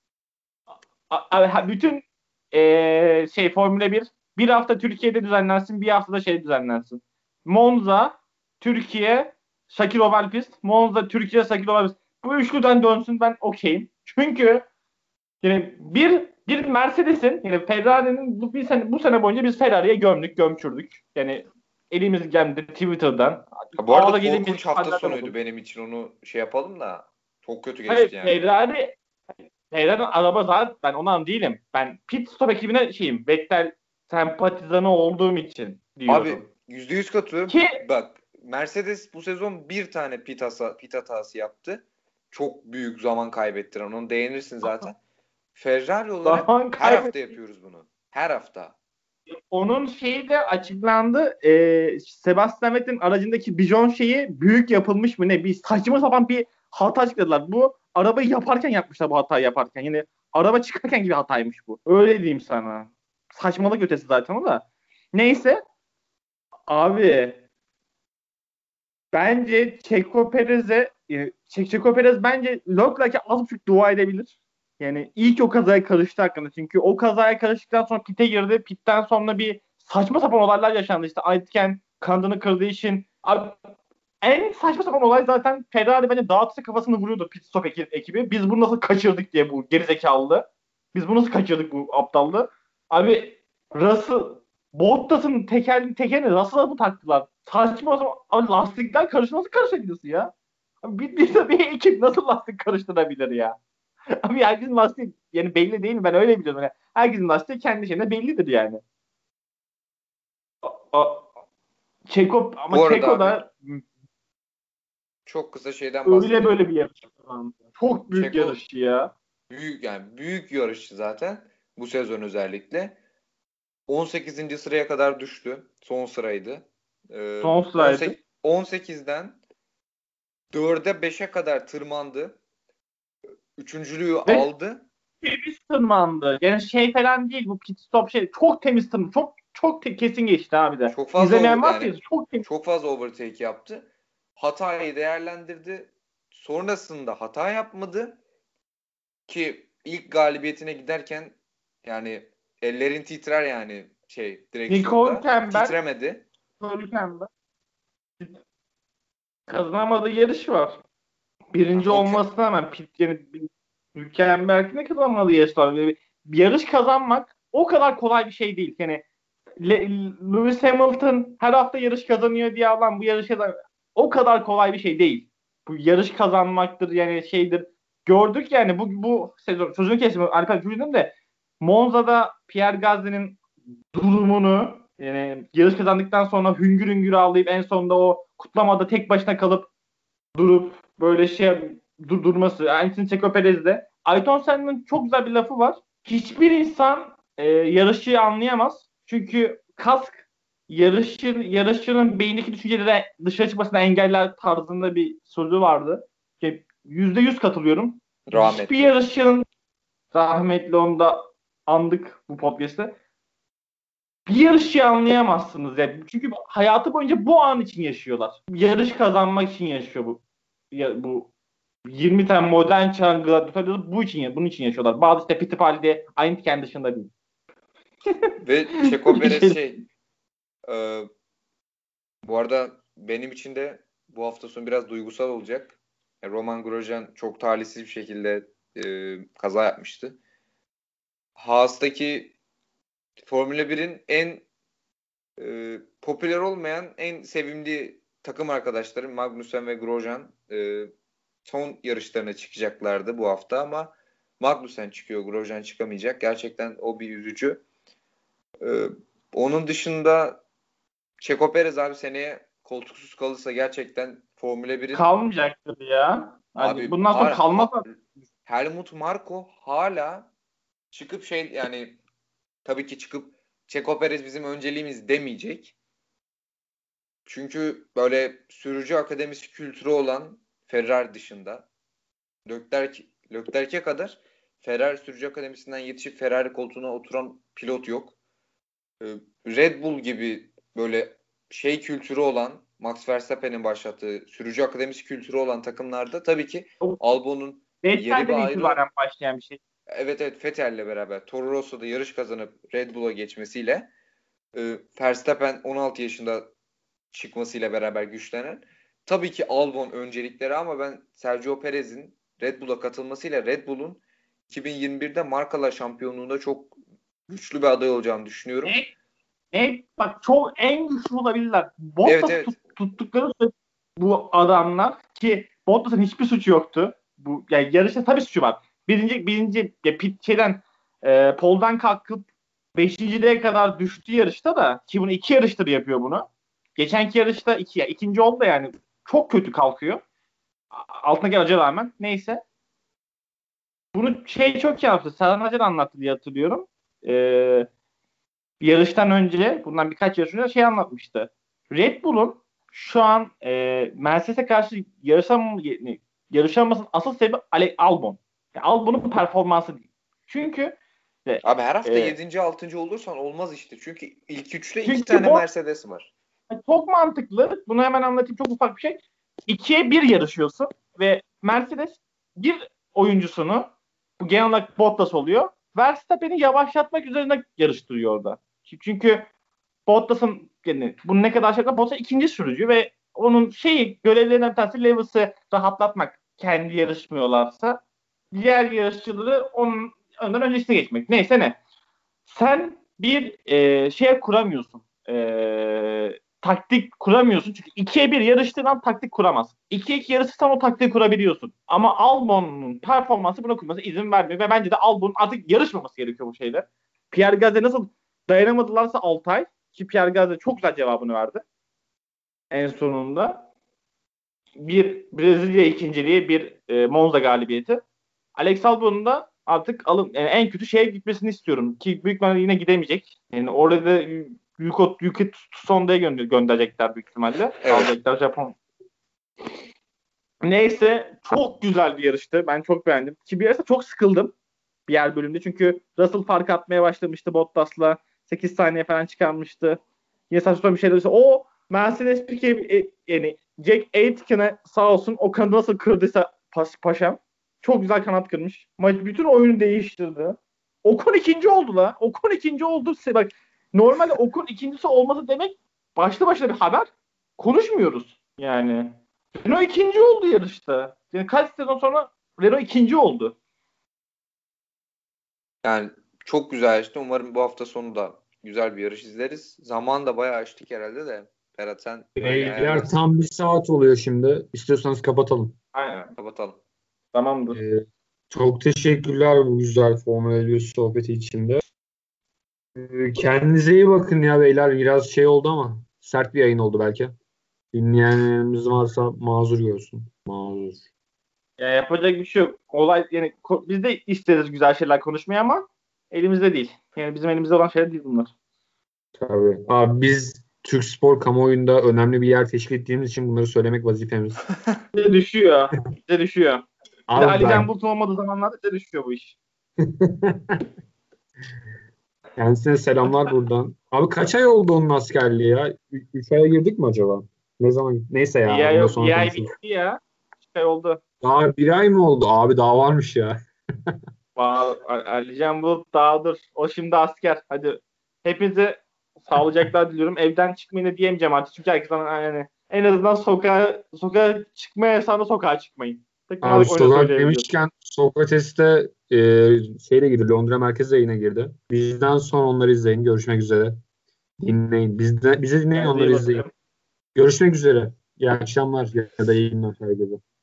Abi, bütün ee, şey Formula bir bir hafta Türkiye'de düzenlensin, bir hafta da şey düzenlensin. Monza, Türkiye, Sakir Oval Pist. Monza, Türkiye, Sakir Oval Pist. Bu üçlüden dönsün, ben okeyim. Çünkü yani bir bir Mercedes'in, yani Ferrari'nin bu bir sene bu sene boyunca biz Ferrari'ye gömdük, gömçürdük. Yani elimiz geldi Twitter'dan. Ha, bu arada Ağla gelin korkunç bir hafta haberler sonuydu oldu. benim için, onu şey yapalım da çok kötü Hayır, geçti yani. Ferrari Ferrari'nin araba zaten, ben ondan değilim. Ben pit stop ekibine şeyim. Vettel sempatizanı olduğum için diyorum. Abi yüzde yüz katılıyorum. Ki Bak, Mercedes bu sezon bir tane pit, hasa, pit hatası yaptı. Çok büyük zaman kaybettiren. Onu değinirsin zaten. Ferrari olarak zaman her kaybettik. hafta yapıyoruz bunu. Her hafta. Onun şeyi de açıklandı. Ee, Sebastian Vettel'in aracındaki bijon şeyi büyük yapılmış mı ne? Bir saçma sapan bir hata açıkladılar. Bu arabayı yaparken yapmışlar, bu hatayı yaparken. Yani araba çıkarken gibi hataymış bu. Öyle diyeyim sana. Saçmalık ötesi zaten o da. Neyse. Abi bence Checo Perez'e e, Checo Perez bence Leclerc'e az buçuk dua edebilir. Yani ilk o kazaya karıştı hakkında. Çünkü o kazaya karıştıktan sonra pite girdi. Pitten sonra bir saçma sapan olaylar yaşandı. İşte Aitken kanadını kırdığı için. Abi, en saçma sapan olay zaten Ferrari bence dağıtırsa kafasını vuruyordu pit stop ekibi. Biz bunu nasıl kaçırdık diye, bu gerizekalı. Biz bunu nasıl kaçırdık, bu aptallı. Abi Russell Bottas'ın teker, tekerini Russell'a mı taktılar? Saçma sapan. Abi lastikler karıştı, nasıl karışabilirsin ya? Abi bir, bir, bir ekip nasıl lastik karıştırabilir ya? Abi herkesin lastiği yani belli değil mi? Ben öyle biliyorum. Yani herkesin lastiği kendi şeyine bellidir yani. O, Çeko, ama Bu arada Çeko abi, da çok kısa şeyden öyle bahsedeyim. böyle bir yarış. Çok büyük Çeko, yarışçı ya. Büyük, yani büyük yarışçı zaten bu sezon özellikle. on sekizinci sıraya kadar düştü. Son sıraydı. Ee, Son sıraydı. on sekizden dörde beşe kadar tırmandı. Üçüncülüğü Ve aldı. temiz tırmandı. Yani şey falan değil, bu pit stop şey. Çok temiz tırmandı. Çok çok te- kesin geçti abi de. Çok fazla İzlemeyen over, varsa yani çok temiz. çok fazla overtake yaptı. Hatayı değerlendirdi. Sonrasında hata yapmadı ki ilk galibiyetine giderken yani ellerin titrer yani şey direksiyonda. Nicole Campbell, Titremedi. Nicole Campbell kazanamadığı yarış var. Birinci Yani o olmasına hemen pit yani mükemmel ne kazanmadığı yarış var. Bir, bir yarış kazanmak o kadar kolay bir şey değil. Yani Le- Lewis Hamilton her hafta yarış kazanıyor diye alan bu yarışa da o kadar kolay bir şey değil. Bu yarış kazanmaktır yani şeydir. Gördük yani bu bu sezon sözünü kesme Alper Cücü'nün de Monza'da Pierre Gasly'nin durumunu yani yarış kazandıktan sonra hüngür hüngür ağlayıp en sonunda o kutlamada tek başına kalıp durup böyle şey dur durması. Aynısını Checo Perez'de. Ayrton Senna'nın çok güzel bir lafı var. Hiçbir insan e, yarışçıyı anlayamaz. Çünkü kask yarışçı, yarışçının beyindeki düşünceleri dışarı çıkmasını engeller tarzında bir sözü vardı. yüzde yüz katılıyorum. Rahmetli. Hiçbir yarışçının rahmetli onu da andık bu podcast'te. Bir yarışçıyı anlayamazsınız ya. Çünkü hayatı boyunca bu an için yaşıyorlar. Yarış kazanmak için yaşıyor bu. Ya, bu yirmi tane modern çağın gladyatörleri bu için bunun için yaşıyorlar. Bazı işte Fittipaldi aynı kendi dışında değil. Ve Checo Perez şey e, bu arada benim için de bu hafta sonu biraz duygusal olacak. Yani Romain Grosjean çok talihsiz bir şekilde e, kaza yapmıştı. Haas'taki Formula birin en e, popüler olmayan, en sevimli takım arkadaşları Magnussen ve Grosjean e, son yarışlarına çıkacaklardı bu hafta ama Magnussen çıkıyor, Grosjean çıkamayacak. Gerçekten o bir üzücü. E, onun dışında Checo Perez abi seneye koltuksuz kalırsa gerçekten Formula birin kalmayacaktır ya. Hadi abi bundan sonra har- kalmaz. ha- Helmut Marko hala çıkıp şey yani tabii ki çıkıp Checo Perez bizim önceliğimiz demeyecek. Çünkü böyle sürücü akademisi kültürü olan Ferrari dışında Leclerc, Leclerc'e kadar Ferrari sürücü akademisinden yetişip Ferrari koltuğuna oturan pilot yok. Red Bull gibi böyle şey kültürü olan Max Verstappen'in başlattığı sürücü akademisi kültürü olan takımlarda tabii ki Albon'un yeri bir ayrı. itibaren başlayan bir şey. Evet evet Vettel'le beraber Toro Rosso'da yarış kazanıp Red Bull'a geçmesiyle e, Verstappen on altı yaşında çıkmasıyla beraber güçlenen. Tabii ki Albon öncelikleri ama ben Sergio Perez'in Red Bull'a katılmasıyla Red Bull'un iki bin yirmi birde markalar şampiyonluğunda çok güçlü bir aday olacağını düşünüyorum. Ne? Ne? Bak çok en güçlü olabilirler. Bottas Evet, evet. Tut, tuttukları bu adamlar ki Bottas'ın hiçbir suçu yoktu. Bu yani yarışta tabii suçu var. Birinci birinci ya, pit şeyden e, poldan kalkıp beşinciliğe kadar düştü yarışta da ki bunu iki yarıştır yapıyor bunu. Geçenki yarışta iki ya ikinci oldu da yani çok kötü kalkıyor. Altındaki araca rağmen. Neyse. Bunu şey çok iyi yaptı. Serhan Hoca da anlattı diye hatırlıyorum. Ee, yarıştan önce bundan birkaç yarış önce şey anlatmıştı. Red Bull'un şu an e, Mercedes'e karşı yarışam, yarışamasının asıl sebebi Alex Albon. Yani Albon'un performansı değil. Çünkü de, abi her hafta e, yedinci altıncı olursan olmaz işte. Çünkü ilk üçte çünkü iki tane bu, Mercedes var. Çok mantıklı. Bunu hemen anlatayım. Çok ufak bir şey. İkiye bir yarışıyorsun ve Mercedes bir oyuncusunu bu genel olarak Bottas oluyor. Verstappen'i yavaşlatmak üzerine yarıştırıyor orada. Çünkü Bottas'ın yani bunu ne kadar aşağıda Bottas ikinci sürücü ve onun şeyi görevlerinden bir tanesi Lewis'i rahatlatmak kendi yarışmıyorlarsa diğer yarışçıları onun önden öncesine geçmek. Neyse ne. Sen bir e, şey kuramıyorsun. E, taktik kuramıyorsun. Çünkü ikiye bir yarıştığın an taktik kuramaz. ikiye iki yarışırsan o taktiği kurabiliyorsun. Ama Albon'un performansı buna kurması izin vermiyor. Ve bence de Albon'un artık yarışmaması gerekiyor bu şeyler. Pierre Gasly nasıl dayanamadılarsa altı ay ki Pierre Gasly çok güzel cevabını verdi. En sonunda. Bir Brezilya ikinciliği, bir e, Monza galibiyeti. Alex Albon'un da artık alın yani en kötü şeye gitmesini istiyorum. Ki büyük ihtimalle yine gidemeyecek. Yani orada da Yuko Yuki Tsunda'ya gönder gönderecekler büyük ihtimalle. Evet. Alacaklar Japon. Neyse çok güzel bir yarıştı. Ben çok beğendim. Ki bir yarışta çok sıkıldım. Bir yer bölümde. Çünkü Russell fark atmaya başlamıştı Bottas'la. sekiz saniye falan çıkarmıştı. Yine saçma sapan bir şeyler olursa o Mercedes Piquet yani Jack Aitken'e sağ olsun o kanadı nasıl kırdıysa pas, paşam. Çok güzel kanat kırmış. Maç bütün oyunu değiştirdi. Ocon ikinci oldu la. Ocon ikinci oldu. Bak normalde Ocon ikincisi olması demek başlı başına bir haber. Konuşmuyoruz yani. Renault ikinci oldu yarışta. Yani kaç sezon sonra Renault ikinci oldu. Yani çok güzel işte. Umarım bu hafta sonu da güzel bir yarış izleriz. Zaman da bayağı açtık herhalde de. Ferhat sen Beyler tam bir saat oluyor şimdi. İstiyorsanız kapatalım. Aynen. kapatalım. Tamamdır. Ee, çok teşekkürler bu güzel Formula bir sohbeti içinde. Ee, kendinize iyi bakın ya beyler. Biraz şey oldu ama sert bir yayın oldu belki. Dinleyenlerimiz varsa mazur görsün. Mazur. Ya yapacak bir şey yok. Olay yani ko- biz de isteriz güzel şeyler konuşmayı ama elimizde değil. Yani bizim elimizde olan şeyler değil bunlar. Tabii. Abi biz Türk spor kamuoyunda önemli bir yer teşkil ettiğimiz için bunları söylemek vazifemiz. Bize düşüyor. Bize düşüyor. Bir de Abi Ali ben- Can Bulut olmadığı zamanlarda bize düşüyor bu iş. Kendisine selamlar buradan. Abi kaç ay oldu onun askerliği ya? Ü- Üç aya girdik mi acaba? Ne zaman? Neyse ya. Bir ay, bundan yok, sonra bir ay konuşuruz. bitti ya. Şey oldu. Daha bir ay mı oldu? Abi daha varmış ya. Vallahi Ali Can Bulut dağıldır. O şimdi asker. Hadi hepinize sağlıcaklar diliyorum. Evden çıkmayın da diyemeyeceğim artık. Çünkü herkes bana yani en azından sokağa sokağa çıkmaya yasağında sokağa çıkmayın. Tek Abi olarak öyle sokak söyleyebiliyorum. demişken Sokrates'te e, şeyle girdi. Londra merkez yayına girdi. Bizden sonra onları izleyin. Görüşmek üzere. Dinleyin. Bizde, bize dinleyin, Kendinize iyi onları izleyin. bakın. Görüşmek üzere. İyi akşamlar ya da iyi günler herkese.